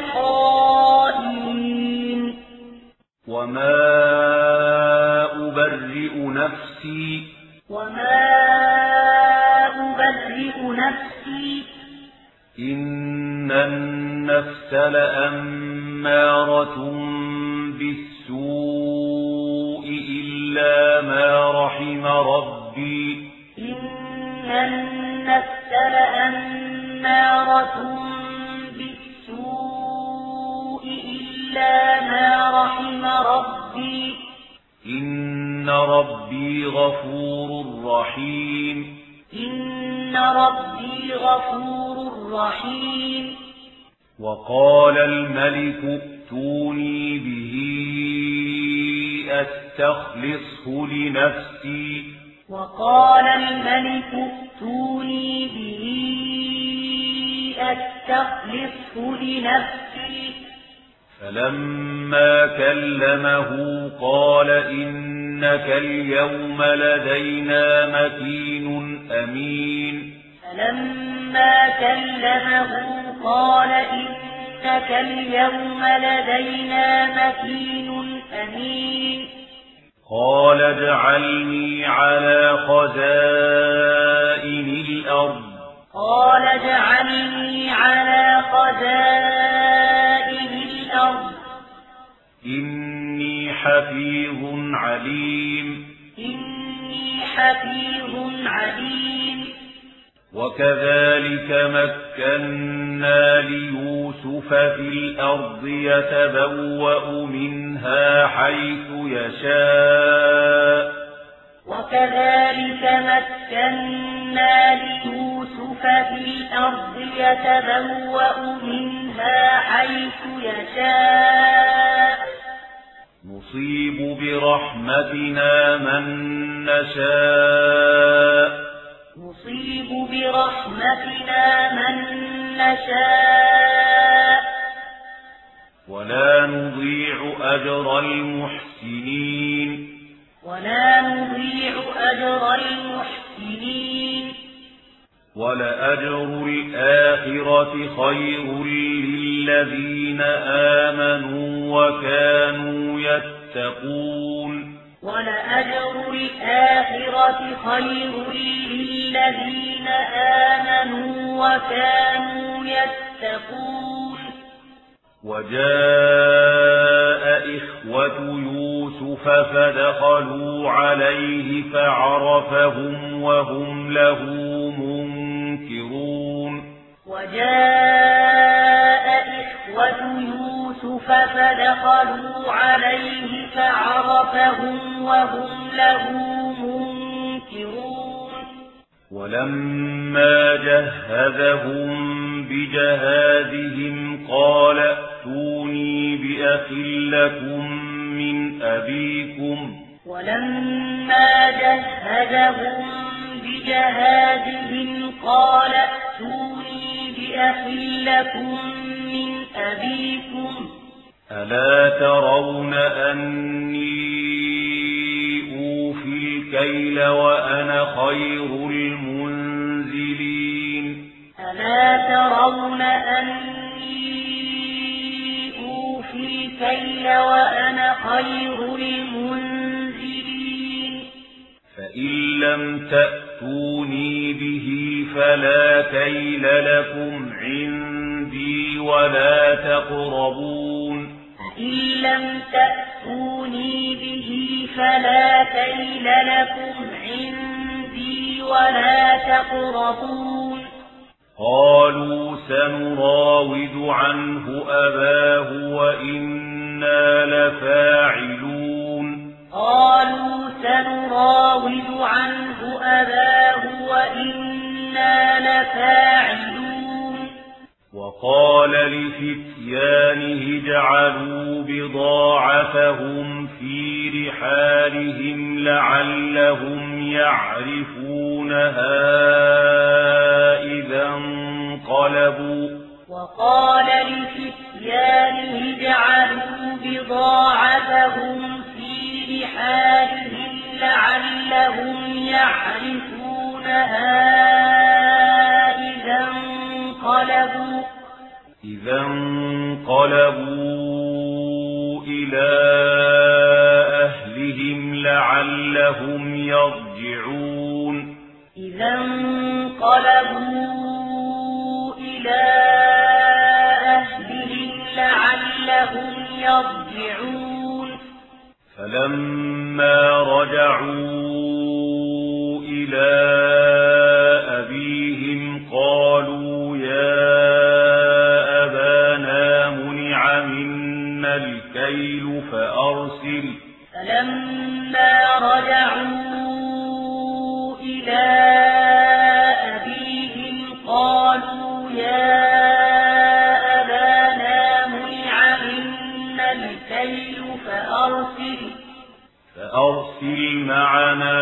Speaker 6: الخائنين
Speaker 5: وما أبرئ نفسي إن النفس لأمارة بالسوء إلا ما رحم ربي
Speaker 6: إن النفس لأمارة بالسوء إلا ما رحم ربي
Speaker 5: إن ربي غفور رحيم
Speaker 6: إن ربي غفور رحيم
Speaker 5: وقال الملك ائتوني به أستخلصه لنفسي
Speaker 6: وقال الملك ائتوني به أستخلصه لنفسي
Speaker 5: فلما كلمه قال إنك اليوم لدينا مكين أمين
Speaker 6: فلما كلمه قال إنك اليوم لدينا مكين أمين
Speaker 5: قال اجعلني على خزائن الأرض
Speaker 6: قال اجعلني على خزائن الأرض
Speaker 5: إني حفيظ عليم
Speaker 6: إني حفيظ عليم
Speaker 5: وكذلك مكنا ليوسف في الأرض يتبوأ منها حيث يشاء
Speaker 6: وكذلك مكنا ليوسف في الأرض يتبوأ منها حيث يشاء
Speaker 5: نصيب برحمتنا من نشاء
Speaker 6: نصيب برحمتنا من نشاء
Speaker 5: ولا نضيع أجر المحسنين
Speaker 6: ولا نضيع أجر المحسنين
Speaker 5: ولأجر الآخرة خير للذين آمنوا وكانوا يتقون
Speaker 6: ولأجر الآخرة خير للذين آمنوا وكانوا يتقون
Speaker 5: وجاء إخوة يوسف فدخلوا عليه فعرفهم وهم له منكرون
Speaker 6: وجاء إخوة يوسف فدخلوا عليه فعرفهم وهم له منكرون
Speaker 5: ولما جهزهم بجهازهم قال ائتوني بأخ لكم من أبيكم
Speaker 6: ولما جهزهم بجهازهم قال ائتوني بأخ لكم من أبيكم
Speaker 5: ألا ترون أني أوفي الكيل وأنا خير المنزلين
Speaker 6: ألا ترون أني أوفي الكيل وأنا خير المنزلين
Speaker 5: فإن لم تأتوني به فلا كيل لكم عندي ولا تقربون
Speaker 6: فإن لم تأتوني به فلا كيل لكم عندي ولا تقربون
Speaker 5: قالوا سنراود عنه أباه وإنا لفاعلون
Speaker 6: قالوا سنراود عنه أباه وإنا لفاعلون
Speaker 5: وقال لفتيانه اجعلوا بضاعتهم في رحالهم لعلهم يعرفونها إذا انقلبوا
Speaker 6: وقال لفتيانه اجعلوا بضاعتهم في رحالهم لعلهم يعرفونها إذا انقلبوا إلى أهلهم لعلهم يرجعون إذا انقلبوا إلى أهلهم لعلهم يرجعون
Speaker 5: فلما رجعوا إلى أبيهم قالوا يا أبانا منع منا الكيل فأرسل
Speaker 6: فلما رجعوا إلى أبيهم قالوا يا أبانا منع منا الكيل فأرسل معنا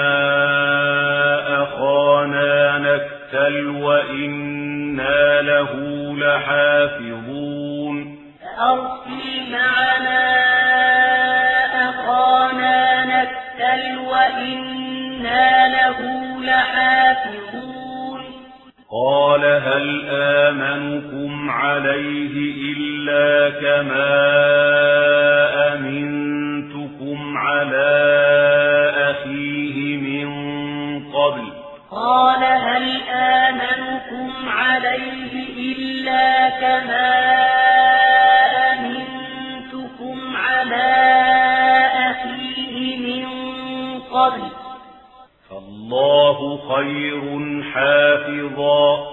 Speaker 6: أخانا نكتل وإنا له لحافظون فأرسل معنا أخانا نكتل وإنا له لحافظون
Speaker 5: قال هل آمنكم عليه إلا كما أمنتكم على أخيه من قبل
Speaker 6: قال هل آمنكم عليه إلا كما أمنتكم على أخيه من قبل
Speaker 5: فالله خير حافظا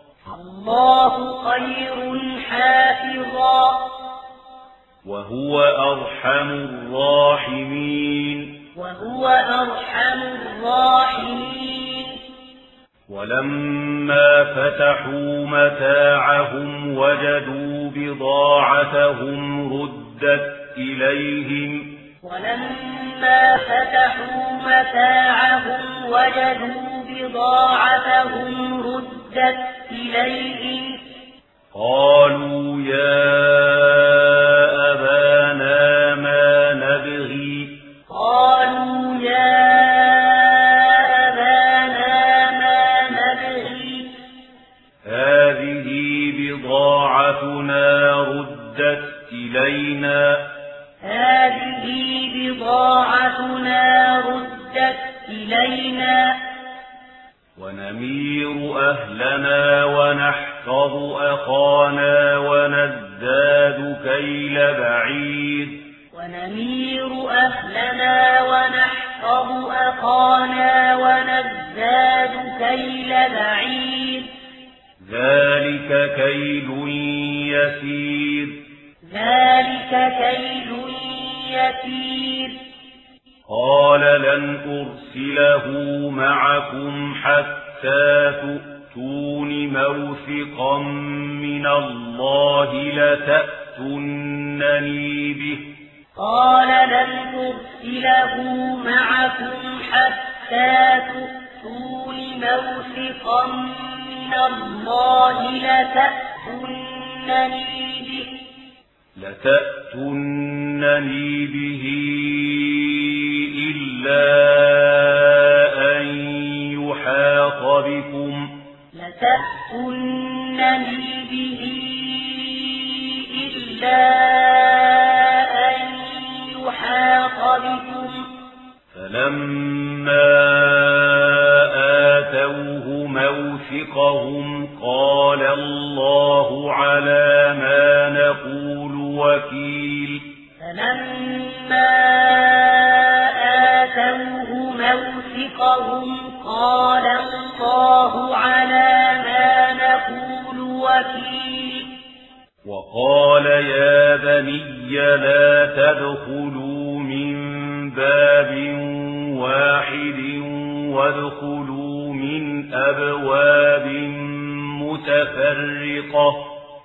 Speaker 5: وهو أرحم الراحمين ولما فتحوا متاعهم وجدوا بضاعتهم ردت إليهم قالوا يا أبانا ما نبغي هذه بضاعتنا ردت إلينا ونمير أهلنا ونحفظ أخانا ونزداد كيل بعير ذلك كيل يسير قال لن أرسله معكم حتى تؤتون موثقا من الله لتأتونني به لتأتونني به إلا أن يحاط بكم فلما آتوه موثقهم قال الله على ما نقول وكيل وقال يا بني لا تدخلوا من باب واحد وادخلوا من أبواب متفرقة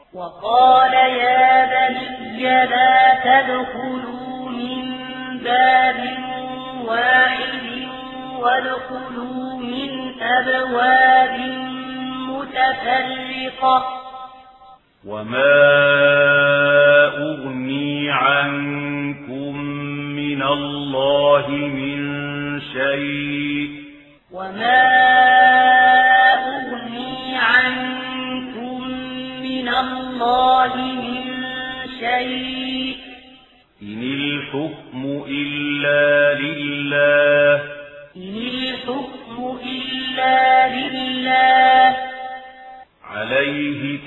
Speaker 5: وما أغني عنكم من الله من شيء إن الحكم إلا لله عليه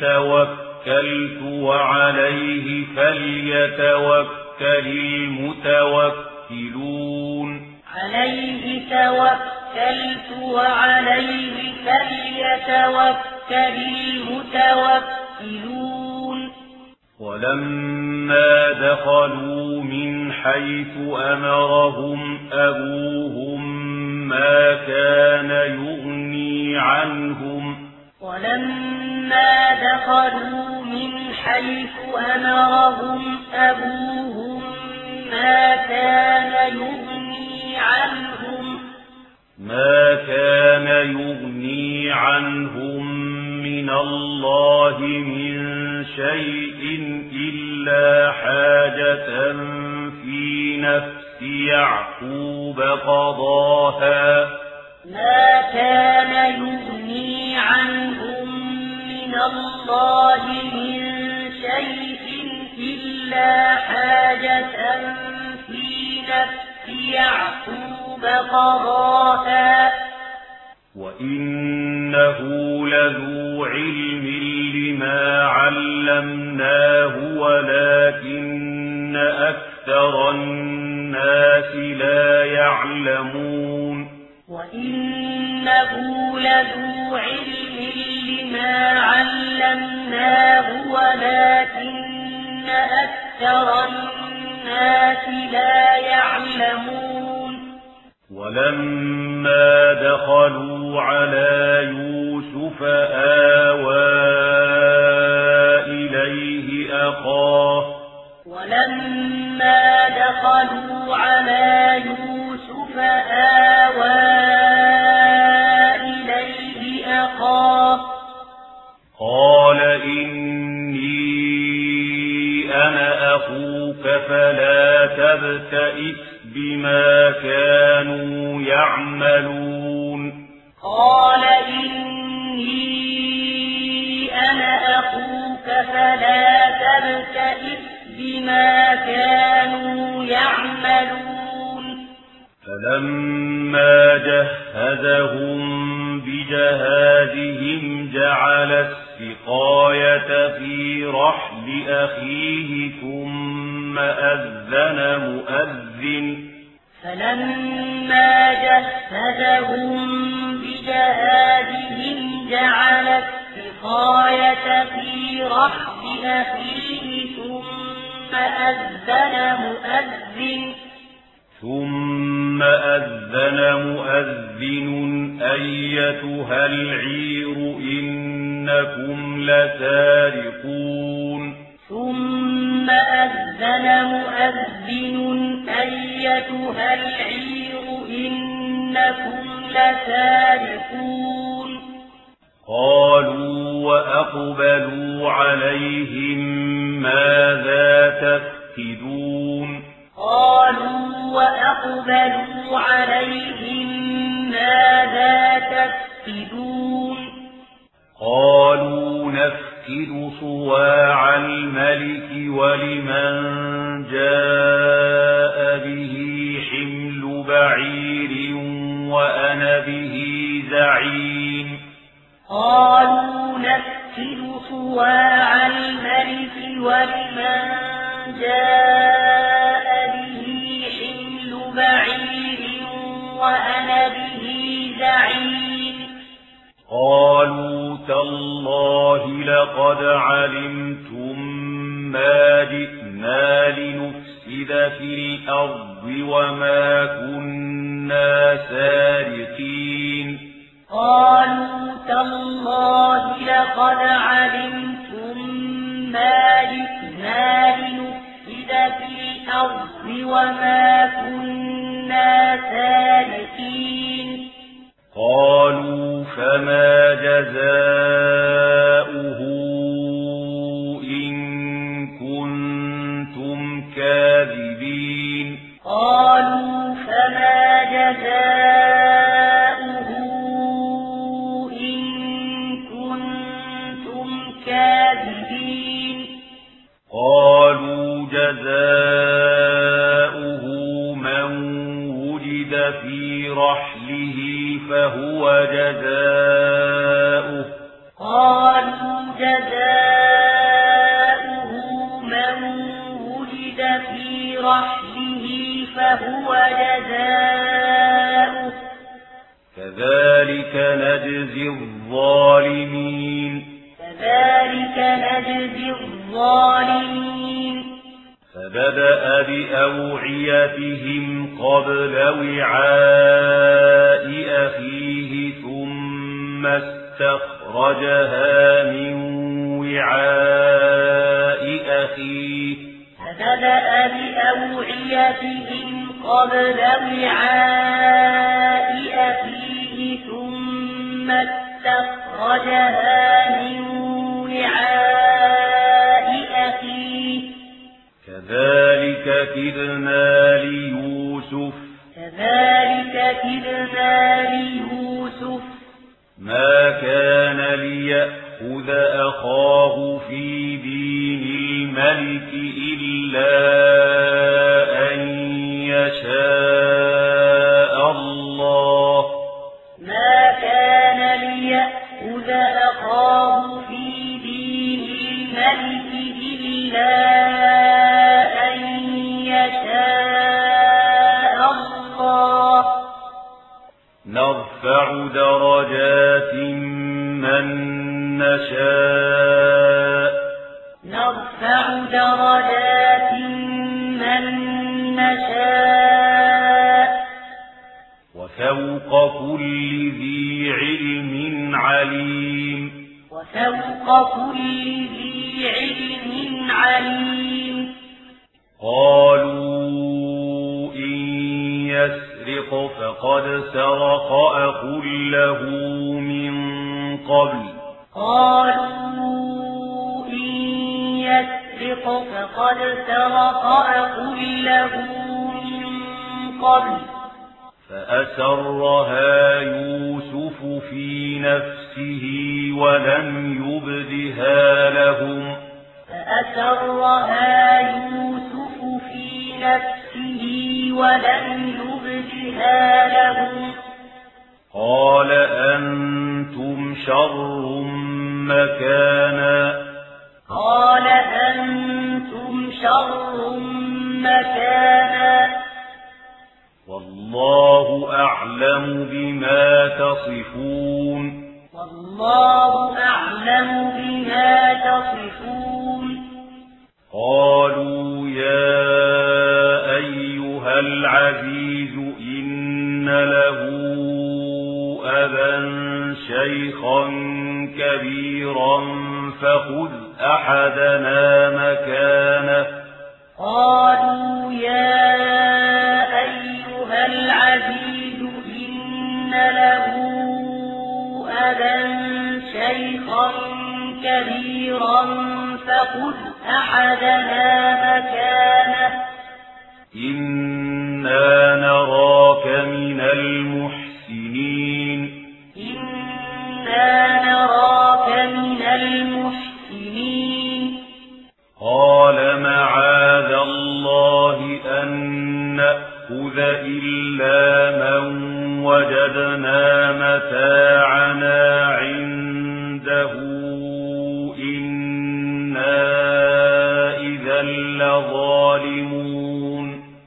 Speaker 5: توكلت وعليه فليتوكل المتوكلون يتوكلون
Speaker 6: عليه توكلت وعليه فليتوكل المتوكلون
Speaker 5: ولما دخلوا من حيث أمرهم أبوهم ما كان يغني عنهم
Speaker 6: ولما دخلوا من حيث أمرهم أبوهم ما كان يغني عنهم من الله من شيء إلا حاجة في نفس يعقوب قضاها ما كان يغني عنهم من الله من شيء إلا حاجة في نفس يعقوب قضاها
Speaker 5: وإنه لذو علم لما علمناه ولكن أكثر الناس لا يعلمون
Speaker 6: وإنه لذو علم لما علمناه ولكن أكثر الناس لا يعلمون
Speaker 5: ولما دخلوا على يوسف آوى إليه أخاه
Speaker 6: ولما دخلوا على يوسف آوى إليه أخاه
Speaker 5: قال إني أنا أخوك فلا تبتئس بما كانوا يعملون
Speaker 6: قال إني أنا أخوك فلا تبتئس بما كانوا يعملون
Speaker 5: فلما جهزهم بجهازهم جعل السقاية في رحل أخيه ثم أذن مؤذن
Speaker 6: فلما جهزهم بجهازهم جعل السقاية في رحل أخيه ثم أذن مؤذن
Speaker 5: أيتها العير إنكم لسارقون
Speaker 6: ثم أذن مؤذن أيتها العير إنكم لسارقون
Speaker 5: قالوا وأقبلوا عليهم ماذا تفقدون
Speaker 6: قالوا وأقبلوا عليهم ماذا تفقدون
Speaker 5: قالوا نفقد صواع الملك ولمن جاء به حمل بعير وأنا به زعيم
Speaker 6: قالوا نفقد صواع الملك ولمن جاء به حمل بعير وأنا به زعيم
Speaker 5: قالوا تالله لقد علمتم ما جئنا لنفسد في الأرض وما كنا سارقين
Speaker 6: قالوا تالله لقد علمتم ما جئنا لنفسد في الأرض وما كنا سارقين
Speaker 5: قالوا فما جزاؤه إن كنتم كاذبين
Speaker 6: قالوا فما جزاؤه إن كنتم كاذبين
Speaker 5: قالوا جزاؤه من وجد في رحله فهو جزاؤه
Speaker 6: قالوا جزاؤه من وجد في رحله فهو
Speaker 5: كذلك نجزي الظالمين
Speaker 6: كذلك نجزي الظالمين
Speaker 5: فبدأ بأوعيتهم قبل وعاء أخيه ثم استخرجها من وعاء أخيه
Speaker 6: فبدأ بأوعيتهم قبل وعاء أخيه ثم استخرجها من وعاء أخيه
Speaker 5: كذلك كدنا ليوسف ما كان ليأخذ أخاه في دين الملك إلا أن يشاء الله
Speaker 6: ما كان ليأخذ أخاه في دين الملك إلا أن يشاء الله
Speaker 5: نرفع درجات من نشاء وفوق كل ذي علم عليم قالوا إن يسرق فقد سرق أخ له من قبل فأسرها يوسف في نفسه ولم يبدها لهم قال أنتم شر مكانا والله أعلم بما تصفون قالوا يا أيها العزيز إن له أبا شيخا كبيرا فخذ أحدنا مكانه إنا نراك من المحسنين قال معاذ الله أن نأخذ إلا من وجدنا متاعنا عنده إنا إذا لظالمون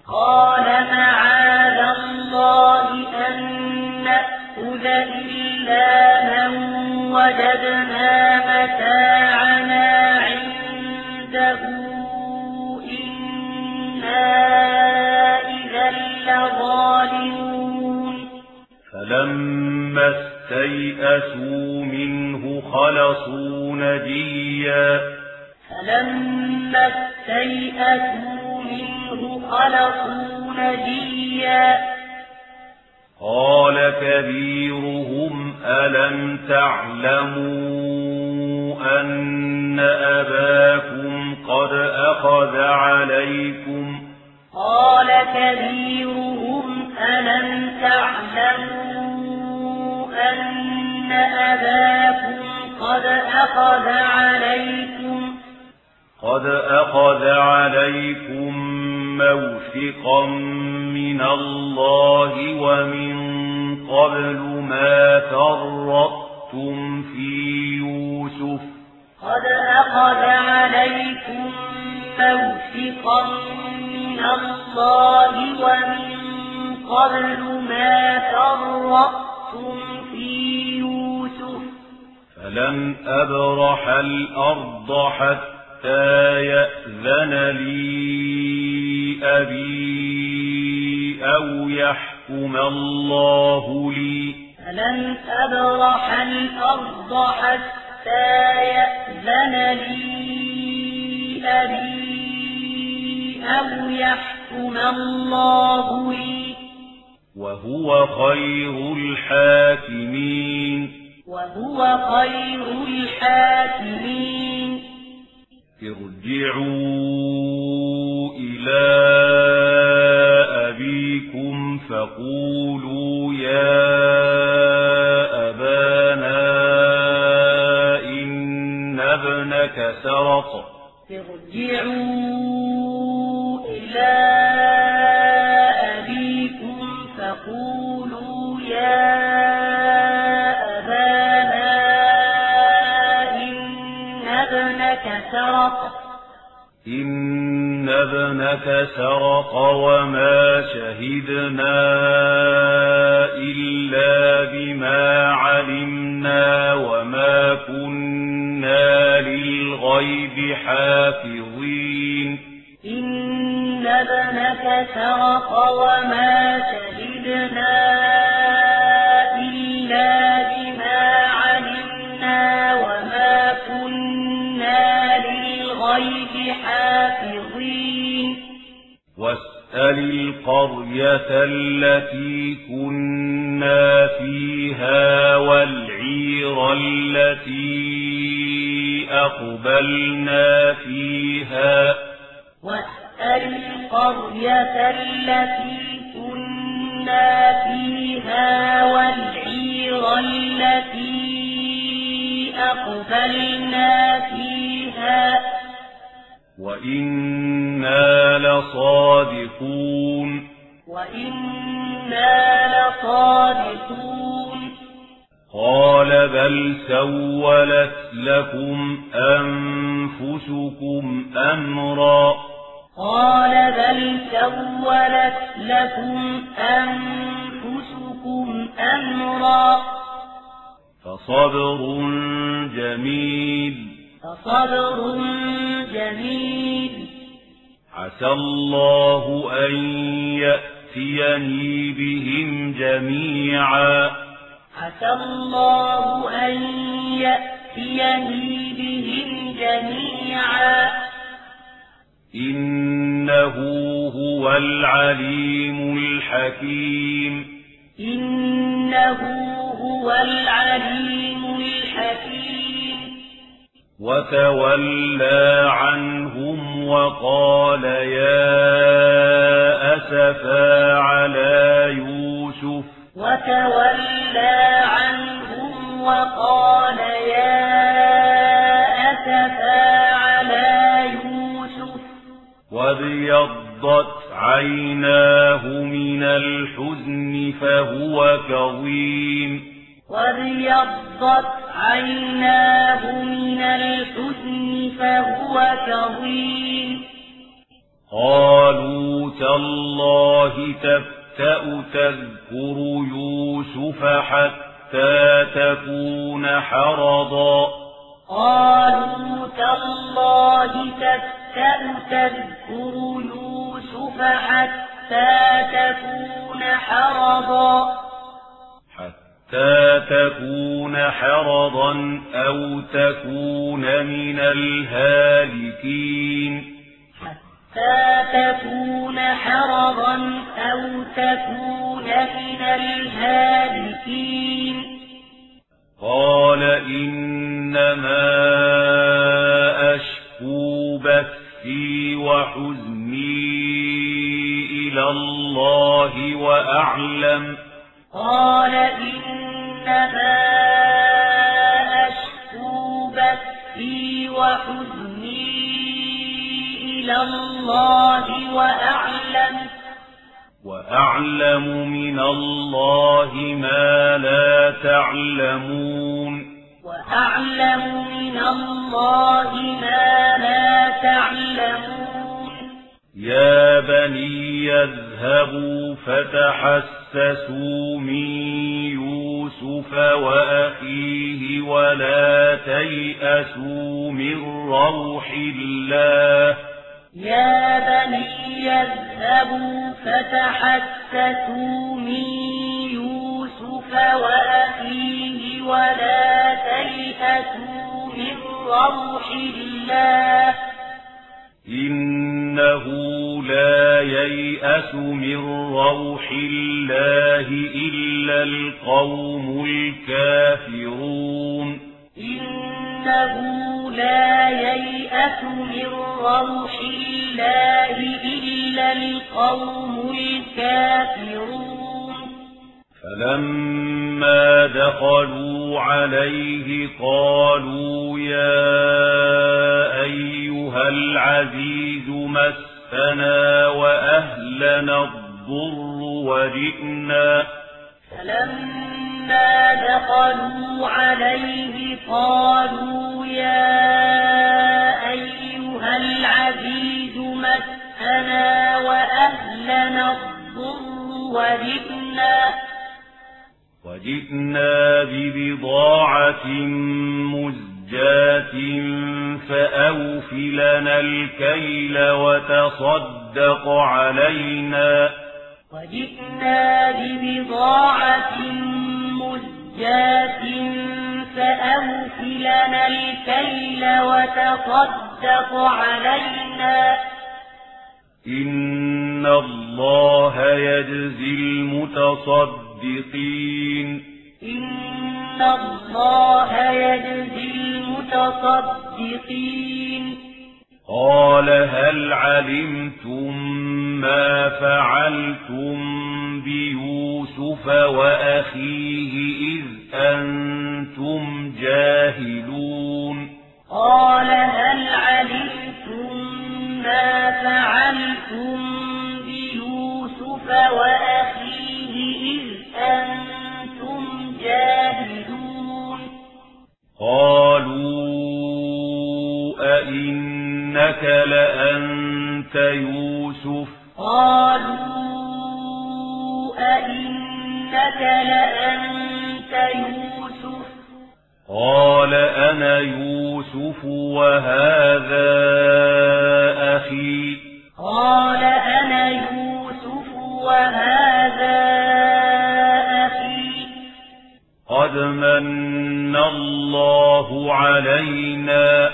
Speaker 5: فلما استيئسوا منه خلصوا نجيا قال كبيرهم ألم تعلموا أن أباكم قد أخذ عليكم موثقا من الله ومن قبل ما فرطتم في يوسف
Speaker 6: في يوسف
Speaker 5: فلن أبرح الأرض حتى يأذن لي أبي أو يحكم الله لي
Speaker 6: فلن أبرح الأرض حتى يأذن لي أبي أو يحكم الله لي
Speaker 5: وهو خير الحاكمين
Speaker 6: وهو خير الحاكمين
Speaker 5: ارجعوا إلى أبيكم فقولوا يا أبانا إن ابنك سرق
Speaker 6: ارجعوا إلى أبيكم فقولوا يا أبانا
Speaker 5: إن ابنك سرق وما شهدنا إلا بما علمنا وما كنا للغيب حافظين
Speaker 6: إن ابنك سرق وما شهدنا إلا بما علمنا وما كنا للغيب حافظين
Speaker 5: واسأل القرية التي كنا فيها والعير التي أقبلنا فيها
Speaker 6: واسأل القرية التي كنا فيها والعير التي أقبلنا فيها
Speaker 5: وإنا لصادقون قال بل سولت لكم أنفسكم أمرا فصبر جميل عسى الله أن يأتيني بهم جميعا إنه هو العليم الحكيم وتولى عنهم وقال يا أسفا على يوسف وابيضت عيناه من الحزن فهو كظيم قالوا تالله تفتأ تذكر يوسف حتى تكون حرضا أو تكون من الهالكين قال إنما أشكو بثي وحزني إلى الله وأعلم وأعلم من الله ما لا تعلمون يا بني يذهبوا فتحسسوا من يوسف يوسف وأخيه ولا تيأسوا من روح الله
Speaker 6: يا بني اذهبوا فتحسسوا من يوسف وأخيه ولا تيأسوا من روح الله
Speaker 5: إنه لا ييأس من روح الله إلا القوم الكافرون
Speaker 6: إنه لا ييأس من روح الله إلا القوم الكافرون
Speaker 5: فلما دخلوا عليه قالوا يا أيها العزيز مسنا وأهلنا الضر
Speaker 6: فلما دخلوا عليه قالوا يا أيها العزيز مسنا وأهلنا الضر
Speaker 5: وجئنا ببضاعة مزجاة فأوف لنا الكيل وتصدق علينا
Speaker 6: وجئنا ببضاعة مزجاة فأوف لنا الكيل وتصدق علينا
Speaker 5: إن الله يجزي المتصدقين
Speaker 6: إن الله يجزي المتصدقين
Speaker 5: قال هل علمتم ما فعلتم بيوسف وأخيه إذ أنتم جاهلون
Speaker 6: قال هل علمتم ما فعلتم بيوسف وأخيه إذ أنتم جاهلون
Speaker 5: قالوا أئنك لأنت يوسف
Speaker 6: قالوا أئنك لأنت يوسف
Speaker 5: قال أنا يوسف وهذا أخي
Speaker 6: قال أنا يوسف وهذا أخي
Speaker 5: قد من الله علينا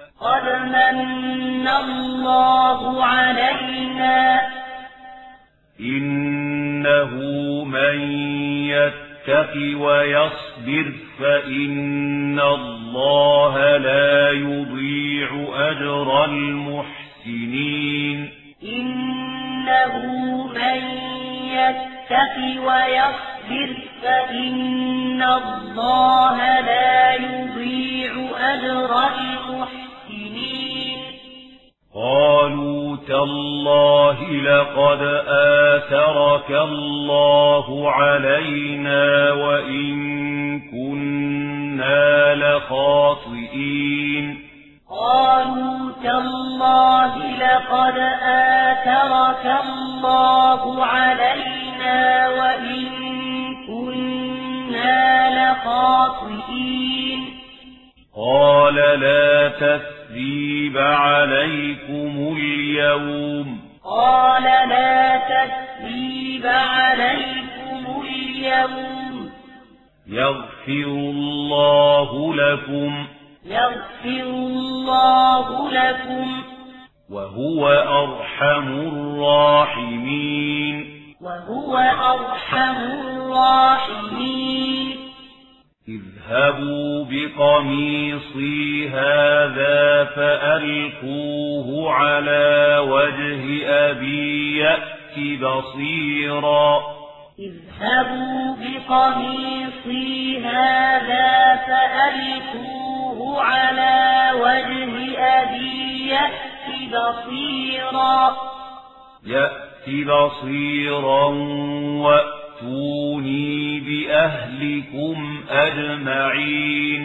Speaker 5: إنه من يتق ويصبر فإن الله لا يضيع أجر المحسنين
Speaker 6: إنه من يتق ويصبر فإن الله لا يضيع أجر المحسنين
Speaker 5: قالوا تالله لقد آثرك الله علينا وإن كنا لخاطئين
Speaker 6: قالوا تالله لقد آثرك الله علينا وإن كنا لخاطئين
Speaker 5: قال لا تثريب عليكم اليوم
Speaker 6: قال لا تثريب عليكم اليوم
Speaker 5: يغفر الله لكم وهو أرحم الراحمين اذهبوا بقميصي هذا فألقوه على وجه أبي يأت بصيرا
Speaker 6: اذهبوا بقميصي هذا فألقوه على وجه أبي يأت بصيرا
Speaker 5: وأتوني بأهلكم أجمعين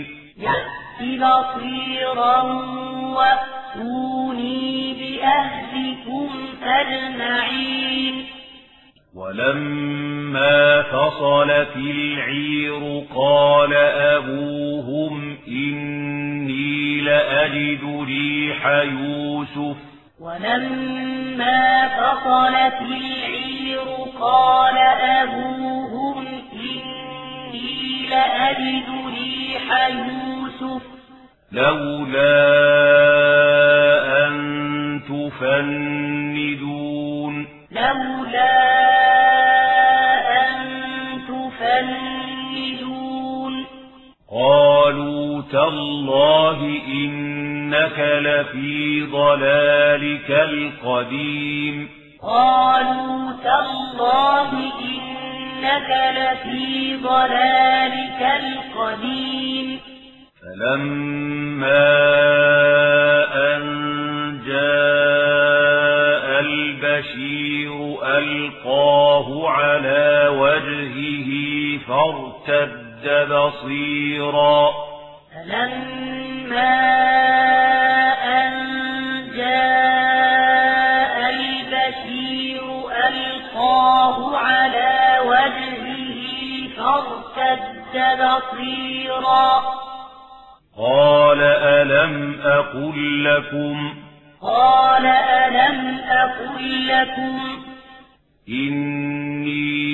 Speaker 5: ولما فصلت العير قال أبوهم إني لأجد ريح يوسف
Speaker 6: ولما فصلت العير قال أبوهم إني لأجد ريح يوسف
Speaker 5: لولا أن تفندون قالوا تالله إنك لفي ضلالك القديم
Speaker 6: قالوا تالله إنك لفي ضلالك القديم
Speaker 5: فلما أن جاء البشير ألقاه على وجهه فارتد بصيرا
Speaker 6: فلما أن جاء البشير ألقاه على وجهه فارتد بصيرا
Speaker 5: قال ألم أقل لكم إني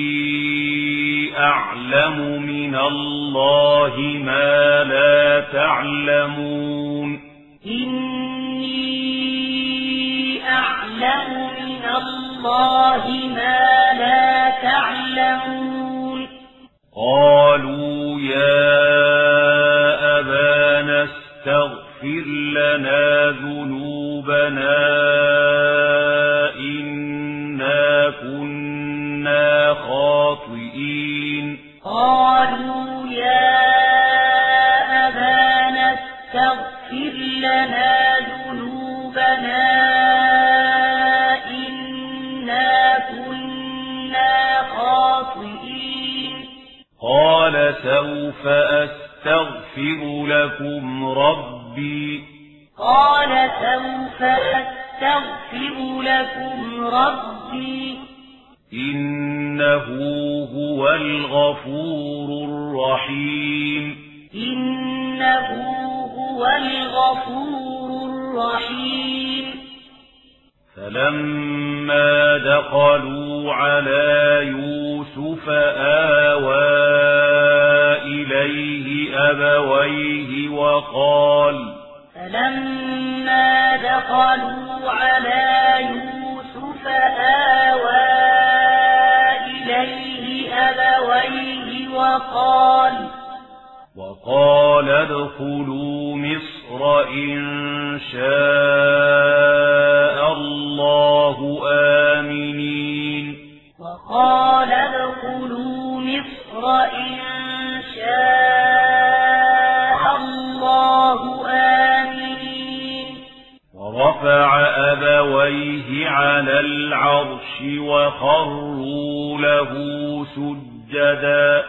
Speaker 5: أعلم من الله ما لا تعلمون
Speaker 6: إني أعلم من الله ما لا تعلمون
Speaker 5: قالوا يا أبانا استغفر لنا ذنوبنا إنا كنا خاطئين
Speaker 6: قالوا يا أبانا استغفر لنا ذنوبنا إنا كنا خاطئين
Speaker 5: قال سوف أستغفر لكم ربي إنه هو الغفور الرحيم فلما دخلوا على يوسف آوى إليه أبويه وقال ادخلوا مصر إن شاء الله آمنين ورفع أبويه على العرش وخروا له سجدا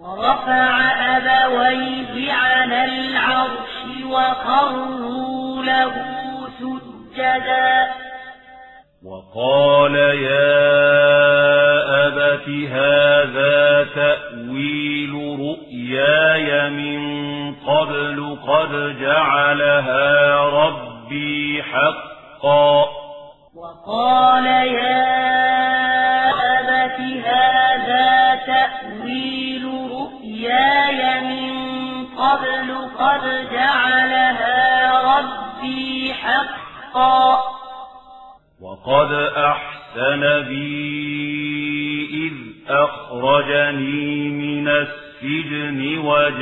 Speaker 5: وقال يا أبت هذا تأويل رؤياي من قبل قد جعلها ربي حقا
Speaker 6: وقال يا أبت هذا تأويل رؤياي من قبل قد جعلها ربي حقا
Speaker 5: وقد أحسن بي إذ أخرجني من السجن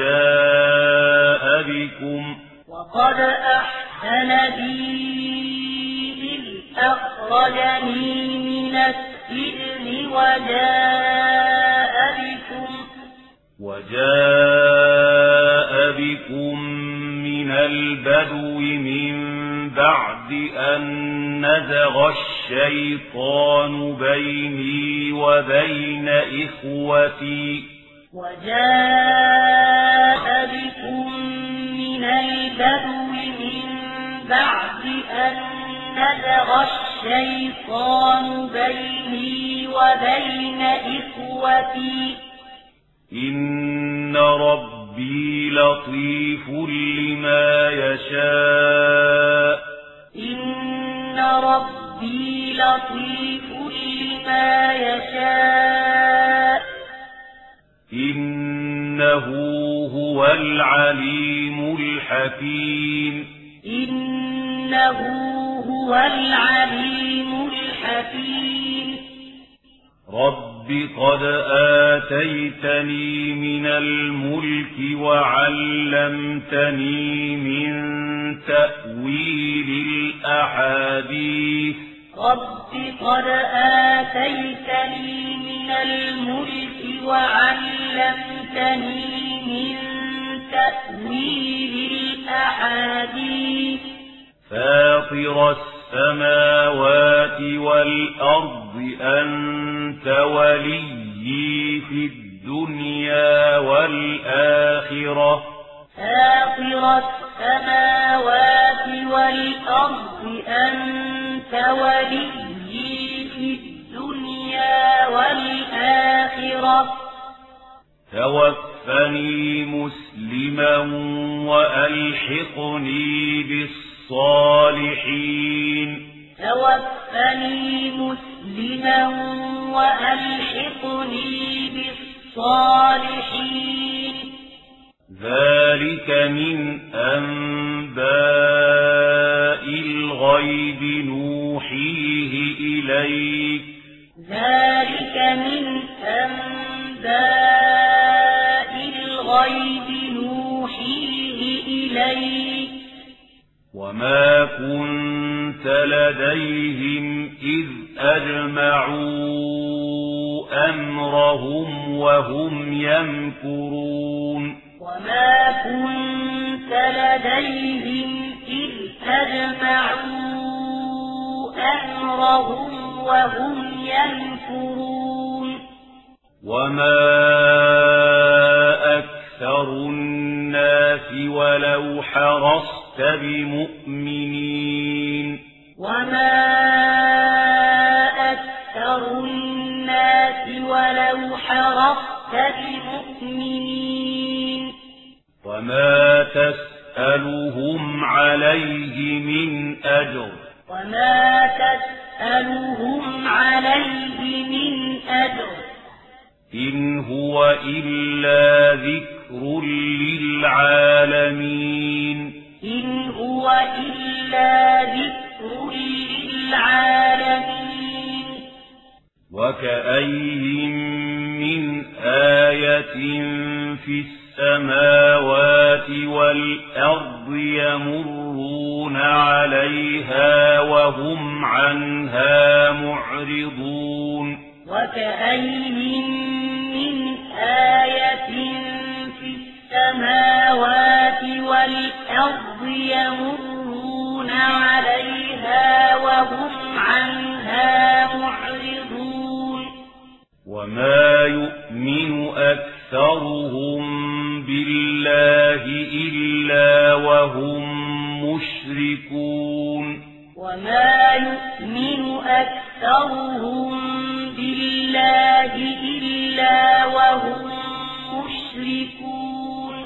Speaker 5: وجاء بكم من البدو من بعد أن نزغ الشيطان بيني وبين إخوتي
Speaker 6: الشيطان بيني وبين إخوتي
Speaker 5: إن ربي لطيف لما يشاء
Speaker 6: إن ربي لطيف لما يشاء
Speaker 5: إنه هو العليم الحكيم
Speaker 6: إنه هو العليم الحكيم
Speaker 5: رب قد آتيتني من الملك وعلمتني من تأويل الأحاديث
Speaker 6: رب قد آتيتني من الملك وعلمتني من تأويل الأحاديث
Speaker 5: فاطر السماوات والأرض أنت وليي في الدنيا والآخرة
Speaker 6: فاطر السماوات والأرض أنت وليي في الدنيا والآخرة
Speaker 5: توفني مسلما وألحقني بالصالحين
Speaker 6: توفني مسلما وألحقني بالصالحين
Speaker 5: ذلك من أنباء الغيب نوحيه إليك
Speaker 6: ذلك من أنباء الغيب نوحيه إليك
Speaker 5: وما كنت لديهم إذ أجمعوا أمرهم وهم يمكرون
Speaker 6: وما كنت لديهم إذ أجمعوا أمرهم وهم يمكرون
Speaker 5: وما أكثر الناس ولو حرصت بمؤمنين
Speaker 6: وما أكثر الناس ولو حرصت بمؤمنين
Speaker 5: وما تسألهم عليه من أجر
Speaker 6: وما تسألهم عليه من أجر
Speaker 5: إن هو إلا ذكر للعالمين
Speaker 6: إن هو إلا ذكر للعالمين
Speaker 5: وكأين من آية في السماوات والأرض يمرون عليها وهم عنها معرضون
Speaker 6: وكأين من آية في السماوات والأرض يمرون عليها وهم عنها معرضون
Speaker 5: وما يؤمن أكثرهم بالله إلا وهم مشركون
Speaker 6: وما يؤمن أكثرهم بالله إلا وهم مشركون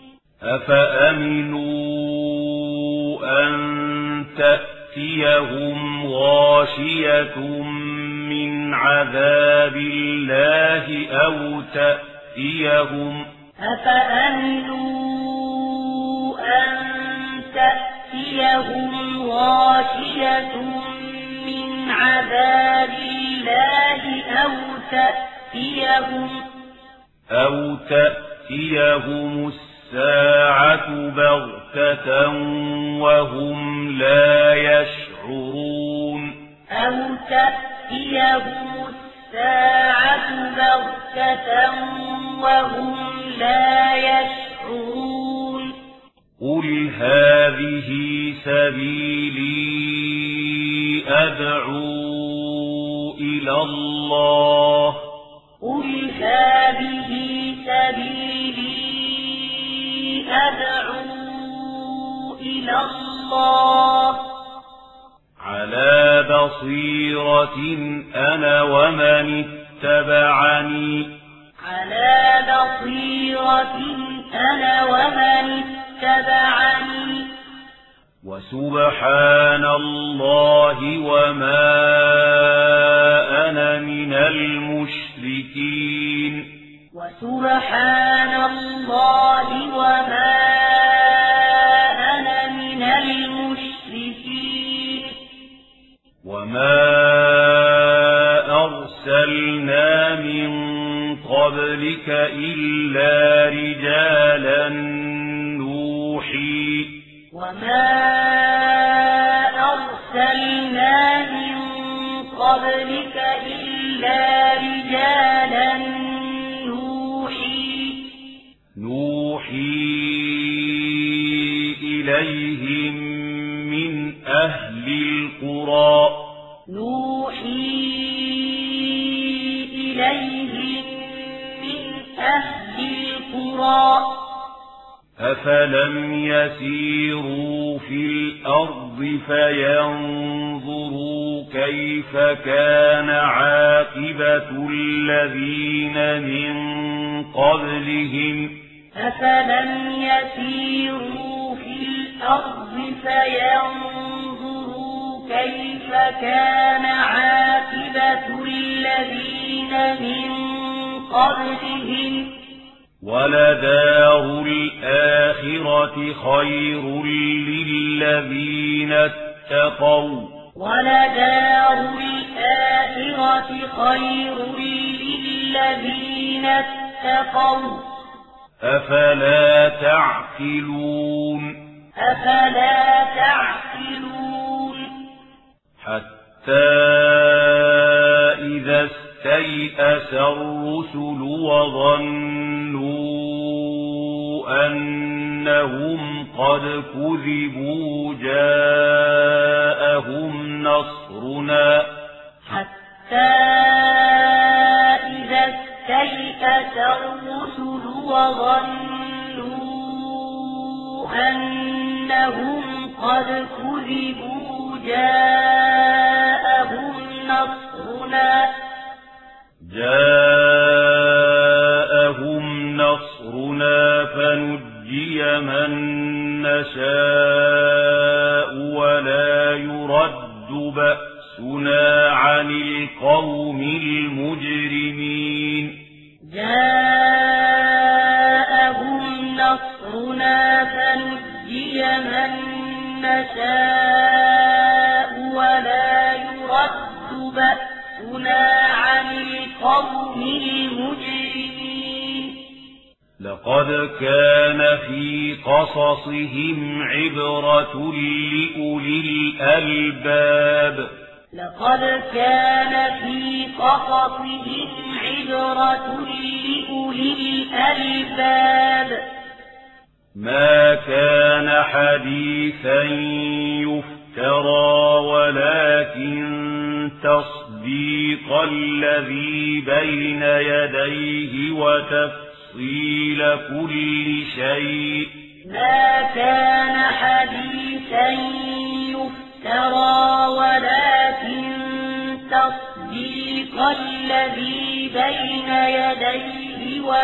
Speaker 5: أفأمنوا أن تأتيهم غاشية من عذاب الله أو تأتيهم
Speaker 6: أفأمنوا أن تأتيهم غاشية من عذاب الله أو تأتيهم الساعة بغتة وهم لا يشعرون أو تأتيهم الساعة بغتة وهم لا يشعرون
Speaker 5: قل هذه سبيلي أدعو إلى الله
Speaker 6: قل هذه سبيلي أدعو إلى الله
Speaker 5: على بصيرة أنا ومن اتبعني
Speaker 6: على بصيرة أنا ومن اتبعني
Speaker 5: وسبحان الله وما أنا من المشركين
Speaker 6: وسبحان الله وما أنا من المشركين
Speaker 5: وما أرسلنا من قبلك إلا رجالا نوحي
Speaker 6: وما أرسلنا من قبلك إلا رجالا نوحي
Speaker 5: إليهم من أهل القرى
Speaker 6: نوحي إليهم من أهل القرى
Speaker 5: أفلم يسيروا في الأرض فينظروا كيف كان عاقبة الذين من قبلهم
Speaker 6: أفلم يسيروا في الأرض فينظروا كيف كان عاقبة الذين من قبلهم
Speaker 5: ولدار الآخرة خير للذين اتقوا
Speaker 6: ولدار الآخرة خير للذين اتقوا
Speaker 5: أفلا تعقلون
Speaker 6: أفلا تعقلون
Speaker 5: حتى إذا استيأس الرسل وظنوا أنهم قد كذبوا جاءهم نصرنا
Speaker 6: حتى إذا استيأس الرسل وظنوا أنهم قد كذبوا جاءهم نصرنا فنجي من نشاء ولا يرد بأسنا عن القوم المجرمين جاءهم نصرنا فنجي من نشاء ولا يرد بأسنا عن القوم المجرمين
Speaker 5: لقد كان في قصصهم عبرة لأولي الألباب
Speaker 6: لقد كان في قصصهم عبرة لأولي الألباب
Speaker 5: ما كان حديثا يفترى ولكن تصديق الذي بين يديه وتفصيل كل شيء
Speaker 6: ما كان حديثا يفترى ولكن تصديق الذي بين يديه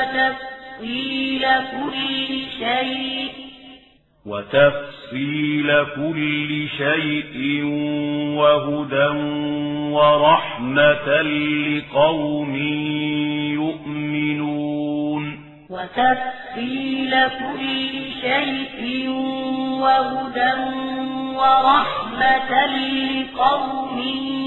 Speaker 6: وتفصيل كل شيء وهدى ورحمة لقوم يؤمنون وتفصيل كل شيء وهدى ورحمة لقوم